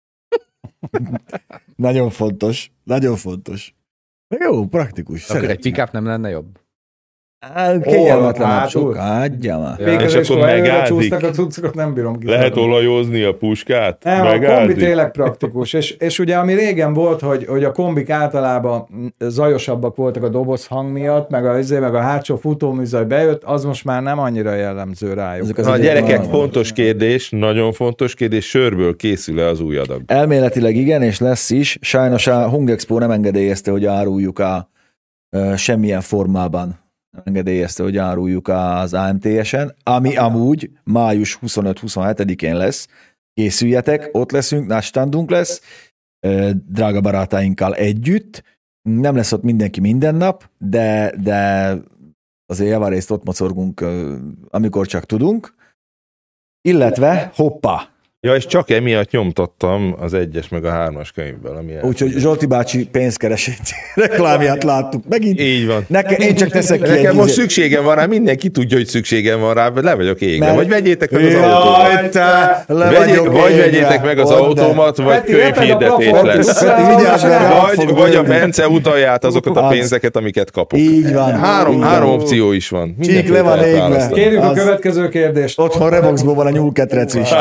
Nagyon fontos, nagyon fontos. Jó, praktikus. Akkor egy pick-up nem lenne jobb? Kényelmetlen sok, adja már. És akkor megázik. A cuccokat nem bírom ki. Lehet olajozni a puskát? Nem, a kombi tényleg praktikus. És ugye ami régen volt, hogy a kombik általában zajosabbak voltak a dobozhang miatt, meg a hátsó futóműzaj bejött, az most már nem annyira jellemző rájuk. A gyerekek, fontos kérdés, nagyon fontos kérdés, sörből készül-e az új adag? Elméletileg igen, és lesz is. Sajnos a Hungexpo nem engedélyezte, hogy áruljuk semmilyen formában. Engedélyezte, hogy áruljuk az AMTS-en, ami amúgy május 25-27-én lesz. Készüljetek, ott leszünk, nagy standunk lesz, drága barátainkkal együtt. Nem lesz ott mindenki minden nap, de azért javarészt ott mocorgunk, amikor csak tudunk. Illetve, hoppá, Ja, és csak emiatt nyomtattam az 1-es meg a 3-as könyvből. Úgyhogy Zsolti bácsi pénzkeresét reklámját láttuk. Megint. Így van. Én csak teszek ki nekem most szükségem van rá, mindenki tudja, hogy szükségem van rá, le vagyok égve. Vagy vegyétek meg az autómat. Vagy vegyétek meg az autómat, vagy könyvhirdetés lesz. Vagy a Bence utalját azokat a pénzeket, amiket kapok. Így van. Három opció is van. Csík le van égve. Kérjük a következő kérdést. Otthon Revoxból van a nyúlketrec is.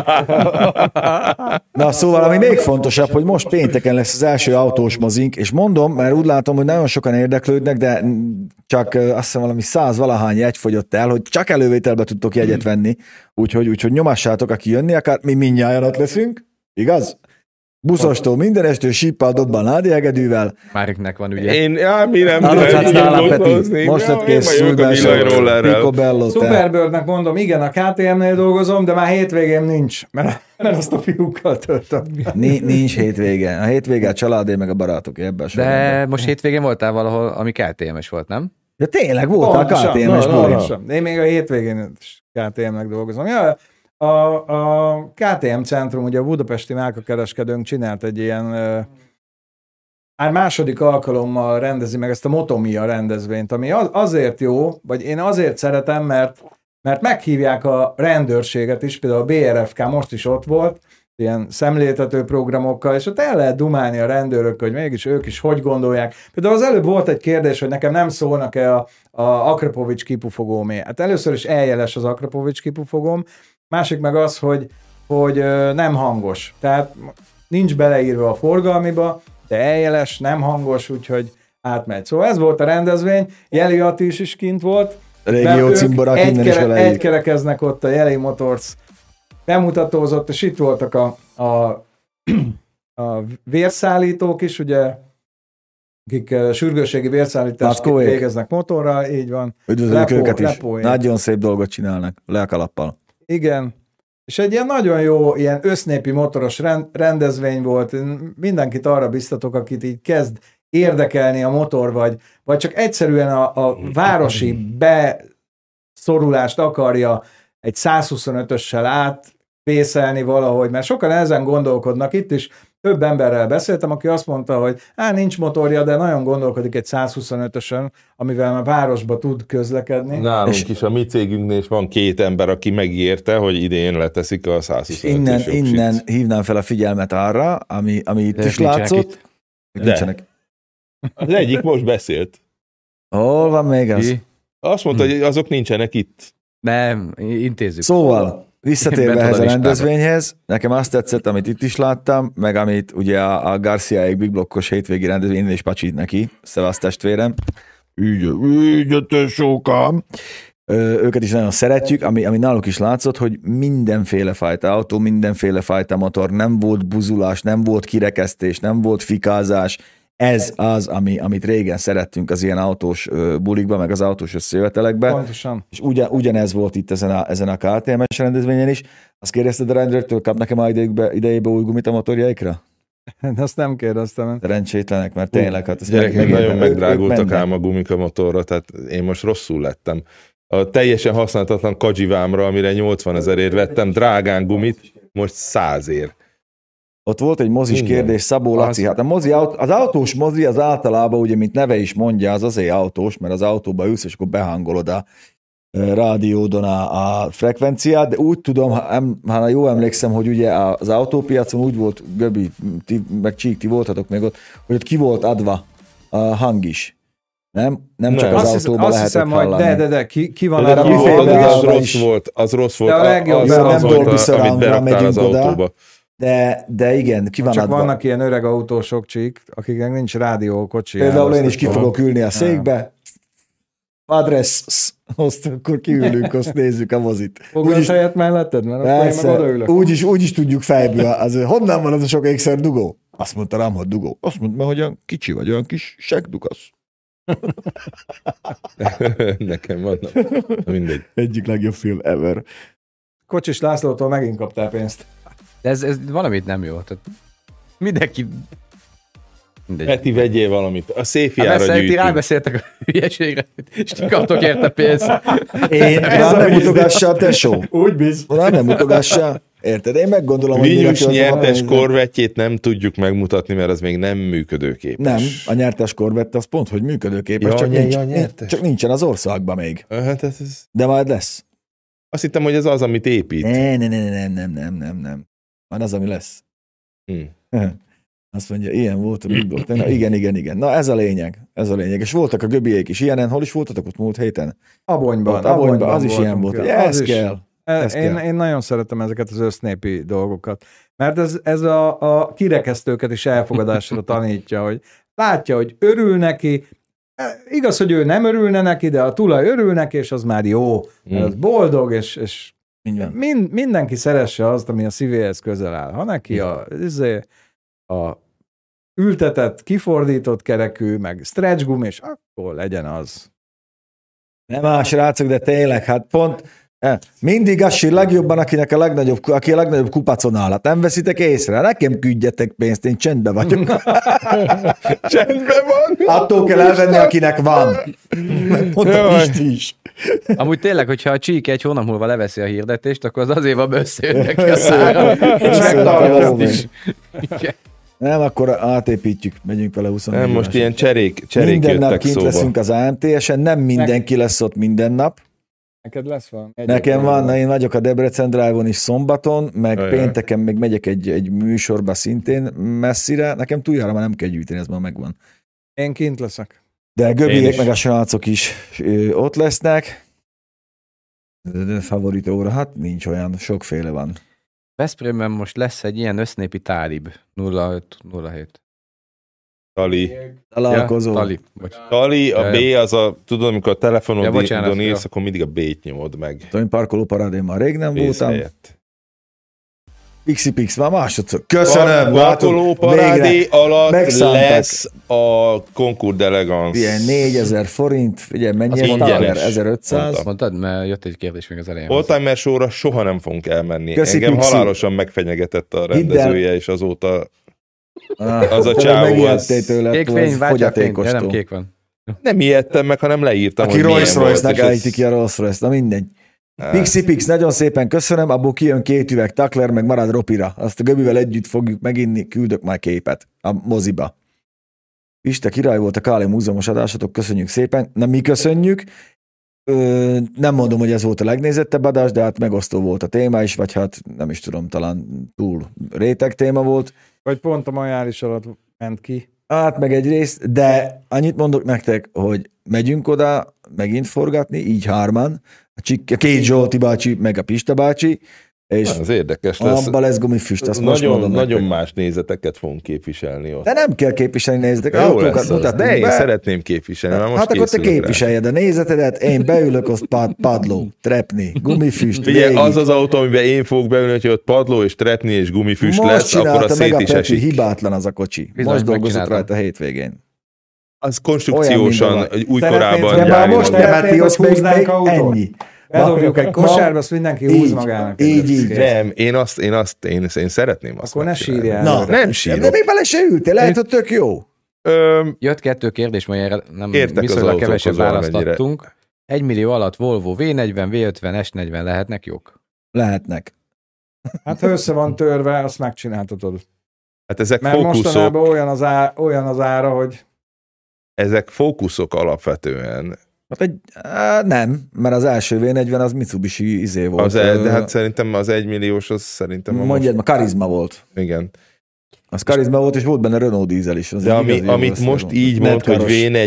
Na szóval, ami még fontosabb, hogy most pénteken lesz az első autós mozink, és mondom, mert úgy látom, hogy nagyon sokan érdeklődnek, de csak azt hiszem valami 100-valahány jegy fogyott el, hogy csak elővételbe tudtok jegyet venni, úgyhogy nyomassátok, aki jönni akar, mi mindnyájan ott leszünk, igaz? Buszostól mindenestől, síppal, dobbal, nádjegedűvel. Máriknek van ugye. Mi nem Peti. Most lett kész Picobello. Superbirdnek mondom, igen, a KTM-nél dolgozom, de már hétvégén nincs, mert azt a fiúkkal töltöm. Nincs hétvége. A hétvége a családé, meg a barátok ebben. De most hétvégén voltál valahol, ami KTM-es volt, nem? Ja tényleg voltál KTM-es buli. Én még a hétvégén KTM-nek dolgozom. Ja, a KTM Centrum, ugye a budapesti márkakereskedőnk csinált egy ilyen már második alkalommal rendezi meg ezt a Motomia rendezvényt, ami azért jó, vagy én azért szeretem, mert meghívják a rendőrséget is, például a BRFK most is ott volt, ilyen szemléltető programokkal, és ott el lehet dumálni a rendőrök, hogy mégis ők is hogy gondolják. Például az előbb volt egy kérdés, hogy nekem nem szólnak-e a Akrapovics kipufogómé. Hát először is eljeles az Akrapovics kipufogóm, másik meg az, hogy nem hangos. Tehát nincs beleírva a forgalmiba, de eljeles, nem hangos, úgyhogy átmegy. Szóval ez volt a rendezvény, Jeli Attis is kint volt. Régió cimborák innen is elejét. Egykerekeznek ott a Jeli Motors bemutatózott, és itt voltak a vérszállítók is, ugye, akik sürgősségi vérszállítást végeznek motorral, így van. Üdvözöljük őket is. Nagyon szép dolgot csinálnak, lelkalappal. Igen. És egy ilyen nagyon jó, ilyen össznépi motoros rendezvény volt. Mindenkit arra biztatok, akit így kezd érdekelni a motor, vagy csak egyszerűen a városi beszorulást akarja egy 125-össel átvészelni valahogy, mert sokan ezen gondolkodnak. Itt is több emberrel beszéltem, aki azt mondta, hogy nincs motorja, de nagyon gondolkodik egy 125-ösön, amivel a városba tud közlekedni. Nálunk is, a mi cégünknél is van 2 ember, aki megígérte, hogy idén leteszik a 125-ös Innen hívnám fel a figyelmet arra, ami itt is látszott. Nincsenek. Az egyik most beszélt. Hol van még az? Azt mondta, hogy azok nincsenek itt. Nem, intézzük. Szóval, visszatérve ehhez a rendezvényhez, nekem azt tetszett, amit itt is láttam, meg amit ugye a Garciaék Big Blokkos hétvégi rendezvény, és pacsit neki, szevasz testvérem. Ügyötös sokam. Őket is nagyon szeretjük, ami náluk is látszott, hogy mindenféle fajta autó, mindenféle fajta motor, nem volt buzulás, nem volt kirekesztés, nem volt fikázás. Ez az, amit régen szerettünk az ilyen autós bulikban, meg az autós összejövetelekben. Pontosan. És ugyanez volt itt ezen a KTM-es rendezvényen is. Azt kérdezted a rendőrtől, kapnak-e már idejébe új gumit a motorjaikra? Azt nem kérdeztem. Szerencsétlenek, mert tényleg. Hát gyerekek, nagyon megdrágultak ám a gumik a motorra, tehát én most rosszul lettem. A teljesen használhatatlan Kajivámra, amire 80 000-ért vettem drágán gumit, most 100-ért. Ott volt egy mozis kérdés, Szabó Laci, hát az autós mozi az általában, ugye, mint neve is mondja, az azért autós, mert az autóba ülsz, és akkor behangolod a rádiódon a frekvenciát, de úgy tudom, ha jól emlékszem, hogy ugye az autópiacon úgy volt, Göbi, meg Csík, ti voltatok még ott, hogy ott ki volt adva a hang is. Nem csak az autóban lehetett hallani. De ki van adva? Az rossz volt, az volt, amit beraktál az autóba. De igen, ki van csak adva. Vannak ilyen öreg autósok, Csík, akiknek nincs rádiókocsi. Például én is ki fogok ülni a székbe, adress, akkor kiülünk, azt nézzük a mozit. Foglalsz helyet melletted, mert persze, akkor én meg úgy is tudjuk fejből. Honnan van az a sok ékszer dugó? Azt mondta rám, hogy dugó. Azt mondta, hogy olyan kicsi vagy, olyan kis segdugasz. Nekem van. Mindegy. Egyik legjobb film ever. Kocsis Lászlótól megint kaptál pénzt. Ez valamit nem jó. Tehát mindenki... Peti, vegyél valamit. A széfjára gyűjtünk. Ti rábeszéltek a hülyeségre, és ti kaptok érte pénzt. Rám nem mutogassál, tesó. Úgy biz. Rám nem mutogassál. Érted? Én meggondolom, hogy Vinyus nyertes korvettjét nem tudjuk megmutatni, mert az még nem működőképes. Nem, a nyertes korvette az pont, hogy működőképes, csak nincsen az országban még. Hát ez... De majd lesz. Azt hittem, hogy ez az, amit épít. Nem. Majd az, ami lesz. Azt mondja, ilyen volt a Big Dog. Igen. Na ez a lényeg. És voltak a göbiék is ilyenen. Hol is voltatok ott múlt héten? Abonyban az is ilyen volt. Ez kell. Én nagyon szeretem ezeket az össznépi dolgokat. Mert ez a kirekesztőket is elfogadásra tanítja, hogy látja, hogy örül neki. Igaz, hogy ő nem örülne neki, de a tulaj örül neki, és az már jó. Mert az boldog, és mindenki szeresse azt, ami a szívéhez közel áll. Ha neki a ültetett, kifordított kerekű, meg stretch gumis, akkor legyen az. Nem áll, srácok, de tényleg, hát pont mindig az sír legjobban, aki a legnagyobb kupacon áll. Hát nem veszitek észre? Nekem küldjetek pénzt, én csendben vagyok. Csendben van? Attól kell elvenni, akinek van. Mondtam is. Amúgy tényleg, hogyha a Csík egy hónap múlva leveszi a hirdetést, akkor az azért van összejön neki a szára. És megtartod is. Nem, akkor átépítjük, megyünk vele 24 Nem, most ilyen cserék minden nap kint szóba. Leszünk az AMTS-en, nem mindenki lesz ott minden nap. Neked lesz valami? Nekem van, én vagyok a Debrecen Drive-on is szombaton, meg pénteken még megyek egy műsorba szintén messzire. Nekem túljára már nem kell gyűjteni, ez már megvan. Én kint leszek. De a göbiek meg a srácok is ott lesznek. De favoritóra, hát nincs olyan, sokféle van. Veszprémben most lesz egy ilyen össznépi tálib, 0507. Tali. Találkozó. Ja, Tali, a B az a, tudod, amikor a telefonodon írsz, akkor mindig a B-t nyomod meg. Tudom, parkoló parádén már rég nem voltam. Pixi-pix, már másodszor. Köszönöm! Parkoló parádé alatt lesz a Concours d'Elegance. Ilyen 4000 forint, figyelj, mennyi ingyenes. 1500. Mondtad, mert jött egy kérdés még az elején. Oldtimer show-ra soha nem fogunk elmenni. Engem halálosan megfenyegetett a rendezője, és azóta az a csávó az... Kék fény, fogyatékostól. Nem kék van. Nem ijedtem meg, hanem leírtam, aki hogy Rolls Royce-nak állíti ki a Rolls Royce, na mindegy. Pixi-pix, nagyon szépen köszönöm, abból kijön 2 üveg Takler, meg marad ropira. Azt a göbivel együtt fogjuk meginni, küldök már képet a moziba. Isten király volt a Káli múzeumos adásatok, köszönjük szépen. Na mi köszönjük. Nem mondom, hogy ez volt a legnézettebb adás, de hát megosztó volt a téma is, vagy hát nem is tudom, talán túl réteg téma volt. Vagy pont a majáris alatt ment ki. Hát meg egyrészt, de annyit mondok nektek, hogy megyünk oda megint forgatni, így hárman, a 2 Zsolti bácsi, meg a Pista bácsi, és az érdekes lesz. Abba lesz gumifüst, azt nagyon más nézeteket fogunk képviselni ott. De nem kell képviselni nézeteket. Jó lesz az, de én szeretném képviselni. Hát akkor te képviseljed a nézetedet, én beülök, azt padló, trepni, gumifüst. Ugye az az autó, amiben én fogok beülni, hogy ott padló és trepni és gumifüst lesz, akkor a szét is esik. Hibátlan az a kocsi. Most dolgozott rajta a hétvégén. Az konstrukciósan, újkorában gyári. De már most nem azt húznánk ennyi. Bedobjuk egy kosárba, azt mindenki húz magának. Így. Nem, én szeretném azt. Akkor ne sírjál. Na, nem sírok. De még bele se ültél, lehet, hogy tök jó. Jött 2 kérdés, majd nem viszonylag kevesebb választ adtunk. 1 millió alatt Volvo V40, V50, S40 lehetnek jók? Lehetnek. Hát ha össze van törve, azt megcsináltatod. Hát ezek mert fókuszok. Mostanában olyan az ára, hogy... Ezek fókuszok alapvetően. Hát nem, mert az első V40 az Mitsubishi volt. De hát szerintem az 1 milliós, az szerintem... Mondjad, ma Karizma volt. Igen. Az Karizma volt, és volt benne Renault dízel is. De amit most így mond, hogy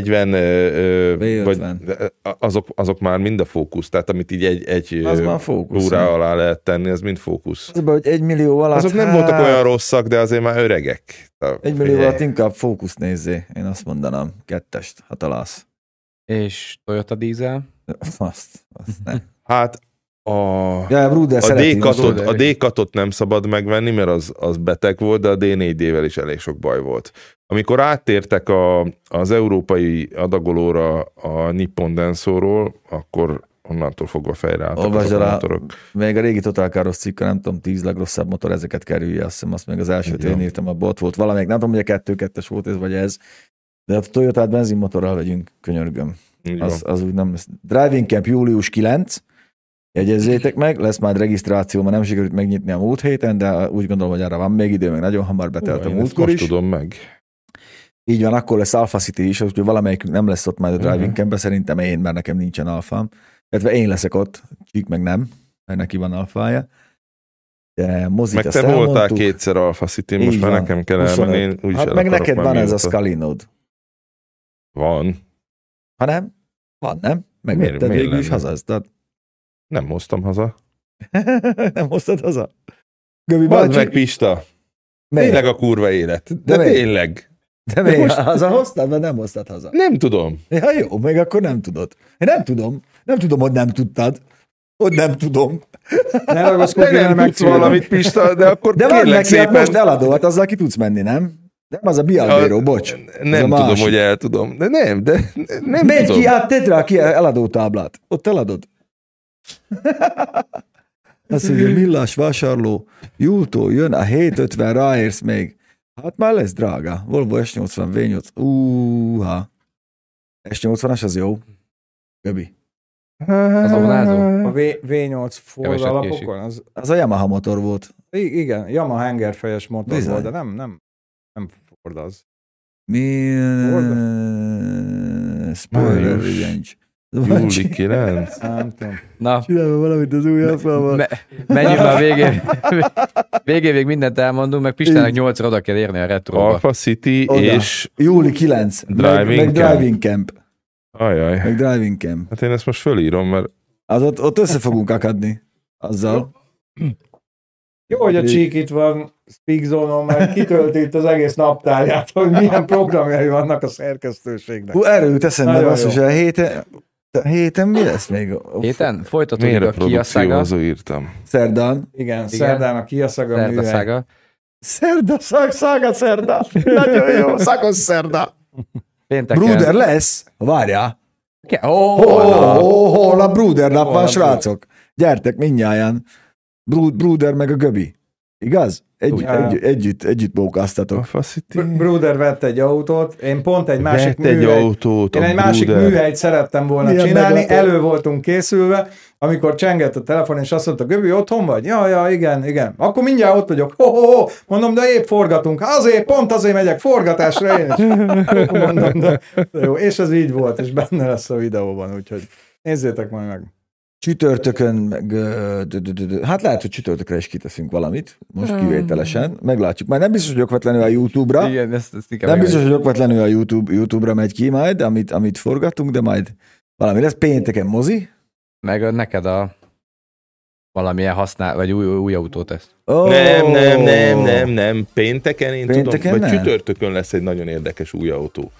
V40, vagy, azok már mind a fókusz, tehát amit így egy óra alá lehet tenni, az mind fókusz. Az, hogy 1 millió alatt... Azok nem voltak olyan rosszak, de azért már öregek. 1 millió alatt inkább fókusz nézzé, én azt mondanám, 2-est, ha találsz. És Toyota dízel? Azt nem. Hát a D-katot nem szabad megvenni, mert az beteg volt, de a D4D-vel is elég sok baj volt. Amikor áttértek az európai adagolóra a Nippon Denso-ról, akkor onnantól fogva fejreálltak azok a motorok. Még a régi Total Car-os cikk, nem tudom, 10 legrosszabb motor, ezeket kerülje, azt hiszem, azt még az elsőt én írtam, abban ott volt valamelyik, nem tudom, hogy a 2-2-es volt ez, vagy ez, de a Toyotát benzinmotorral vegyünk, könyörgöm. Az úgy nem lesz. Driving Camp július 9, Jegyezzétek meg, lesz majd regisztráció, mert nem sikerült megnyitni a múlt héten, de úgy gondolom, hogy arra van még idő, meg nagyon hamar betelt a múltkor is. Tudom meg. Így van, akkor lesz Alpha City is, úgyhogy valamelyikünk nem lesz ott majd a driving campben, szerintem én, mert nekem nincsen alfám. Illetve én leszek ott, Csík meg nem, mert neki van alfája. De mozit, meg te voltál kétszer Alpha City, most már nekem kell elmenni. Én úgy hát meg neked van ez a Scalinod. Van. Ha nem? Van, nem? Megvetted végül is hazaztad. Nem hoztam haza. Nem hoztad haza? Göbi bácsi. Meg Pista. Tényleg a kurva élet. De tényleg. De még most... hazahoztad, vagy nem hoztad haza? Nem tudom. Ja, jó, még akkor nem tudod. Én nem tudom. Nem tudom, hogy nem tudtad. Hogy nem tudom. Ne ragaszkodj, nem tudsz valamit, Pista, de akkor de kérlek neki, szépen. De most eladó, hát azzal ki tudsz menni, nem? Nem, az a Bialbero, bocs. Nem tudom, hogy el tudom. De nem megy tudom. Ki, hát tedd rá ki eladó táblát. Ott eladod. Azt mondja, millás vásárló, Júltól jön, a 750 ráérsz még. Hát már lesz drága. Volvo S80 V8. S80-as az jó. Göbi. Az a V8 Ford alapokon? Az a Yamaha motor volt. Igen, Yamaha hengerfejes motor bizony. Volt, de nem Ford az. Spoiler Revenge. Júli 9. Na. Csinálva valamit az új alfával. Menjünk már végéig mindent elmondunk, meg Pistának 8-ra oda kell érni a retroba. Alpha City oda. És... Júli 9. Meg Driving Camp. Ajaj. Meg Driving Camp. Hát én ezt most fölírom, mert... Az ott össze fogunk akadni. Azzal. Jó, hogy a Csík itt van Speak Zone-on, mert kitölti itt az egész naptárját, hogy milyen programjai vannak a szerkesztőségnek. Erről jut eszembe, basszus, a héten mi lesz még? Héten? Folytatódik a Kia Saga. Írtam. Szerdán. Igen, szerdán a Kia Saga műhely. Szerda. Nagyon jó, szakos szerda. Pénteken. Bruder lesz? Várjál. Holnap Bruder nap van, srácok. Gyertek mindnyájan. Bruder meg a Göbi. Igaz? Együtt bókáztatok. Bruder vett egy autót, én pont egy másik műhelyt műhelyt szerettem volna csinálni, elő voltunk készülve, amikor csengett a telefon, és azt mondta, Göbi, otthon vagy? Ja, igen. Akkor mindjárt ott vagyok. Mondom, de épp forgatunk. Pont azért megyek forgatásra én is. Mondom, de jó. És ez így volt, és benne lesz a videóban, úgyhogy nézzétek majd meg. Csütörtökön, meg, hát lehet, hogy csütörtökre is kiteszünk valamit, most kivételesen, meglátjuk. Már nem biztos, hogy okvetlenül a YouTube-ra, igen, nem biztos, hogy okvetlenül a YouTube-ra megy ki majd, amit forgatunk, de majd valami lesz. Pénteken mozi. Meg neked valamilyen vagy új autót ezt. Nem. Pénteken tudom, vagy csütörtökön lesz egy nagyon érdekes új autó.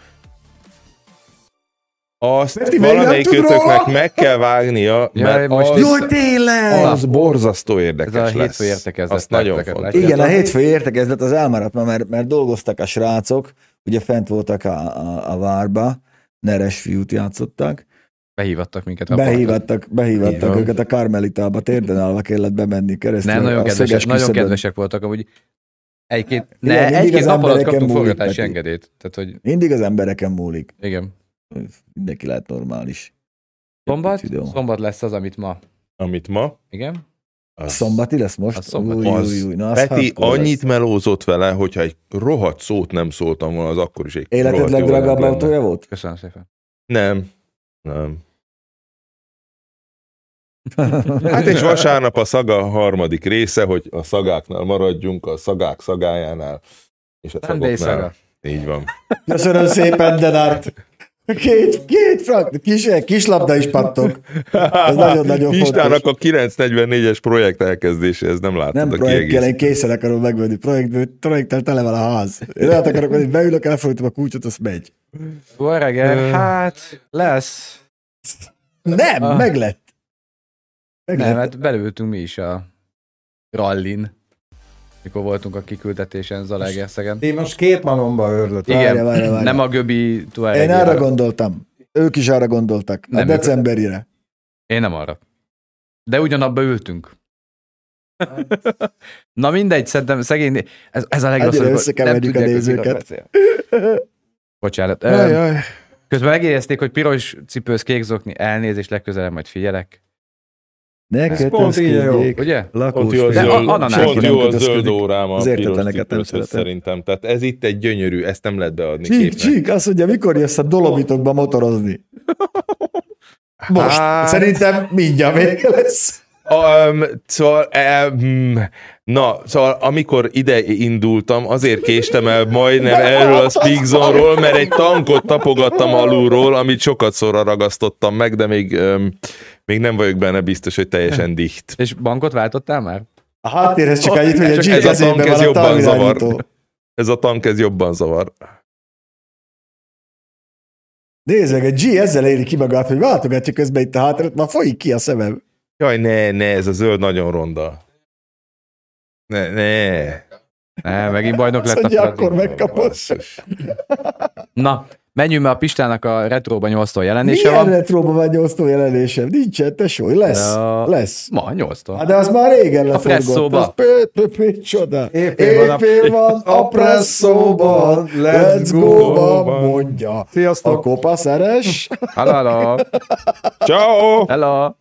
Azt valamelyikőtöknek meg kell vágnia, mert most tényleg! Az borzasztó érdekes ez a hétfői értekezlet. Azt nagyon fontos. Igen, a hétfői értekezlet az elmaradt ma, mert dolgoztak a srácok, ugye fent voltak a várba, Neres fiút játszottak. Behívattak minket. Behívattak őket a Karmelitába, térden állva kellett bemenni keresztül. Nem, nagyon kedvesek voltak, amúgy egy-két nap alatt kaptunk forgatási engedélyt. Mindig az embereken múlik. Igen. Mindenki lehet normális. Szombat lesz az, amit ma. Igen. Szombati lesz most? Peti annyit melózott vele, hogyha egy rohadt szót nem szóltam volna, az akkor is egy életed legdrágább autója volt? Köszönöm szépen. Nem. Hát és vasárnap a szaga harmadik része, hogy a szagáknál maradjunk, a szagák szagájánál, és a szagoknál. Így van. Köszönöm szépen, Denart! Két frank, kis labda is pattog. Ez nagyon-nagyon fontos. Pistának a 944-es projekt elkezdése, ez nem látod. Nem projekt kell, én készen akarom megvenni. Projekttel tele van a ház. Én lehet akarok venni, beülök, elfolytom a kulcsot, az megy. Jó reggel, hát lesz. Nem, meg lett. Nem, hát belültünk mi is a rallin. Mikor voltunk a kiküldetésen Zalaegerszegen. Én most két malomba őrlött. Igen, várja. Nem a Göbi Tuareg. Én arra gondoltam. Ők is arra gondoltak. A decemberire. Én nem arra. De ugyanabba ültünk. Na mindegy, szerintem szegény... Ez a legrosszabb. Egyre összekeverjük a nézőket. Bocsánat. Közben megérezték, hogy piros cipős kék zokni, elnézést, legközelebb majd figyelek. Neked összkédjék. Ugye? Pont jó a zöld órám a piros szerintem. Tehát ez itt egy gyönyörű, ezt nem lehet beadni Csík, azt mondja, mikor jössz a Dolomitokba motorozni? Most. Szerintem mindjárt vége lesz. Szóval amikor ide indultam, azért késtem el majdnem erről a Speak Zone-ról, mert egy tankot tapogattam alulról, amit sokat szorra ragasztottam meg, de még nem vagyok benne biztos, hogy teljesen dicht. És bankot váltottál már? A háttérhez csak annyit, hogy a G ez a tank ez jobban zavar. Ez a tank ez jobban zavar. Nézd meg, a G ezzel éli ki magát, hogy váltogatja közben itt a hátteret, már folyik ki a szemem. Jaj, ne, ez a zöld nagyon ronda. Ne, megint bajnok lett a akkor megkapod. Na, menjünk, mert a Pistának a Retróban 8-tól jelenése van. Milyen Retróban van 8-tól jelenése? Nincsen, tesó, lesz. Ma 8-tól. Hát de az már régen leforgott. A Csoda. Épp van a presszóban, let's go, mondja. Sziasztok. A kopaszeres. Hello. Ciao. Hello.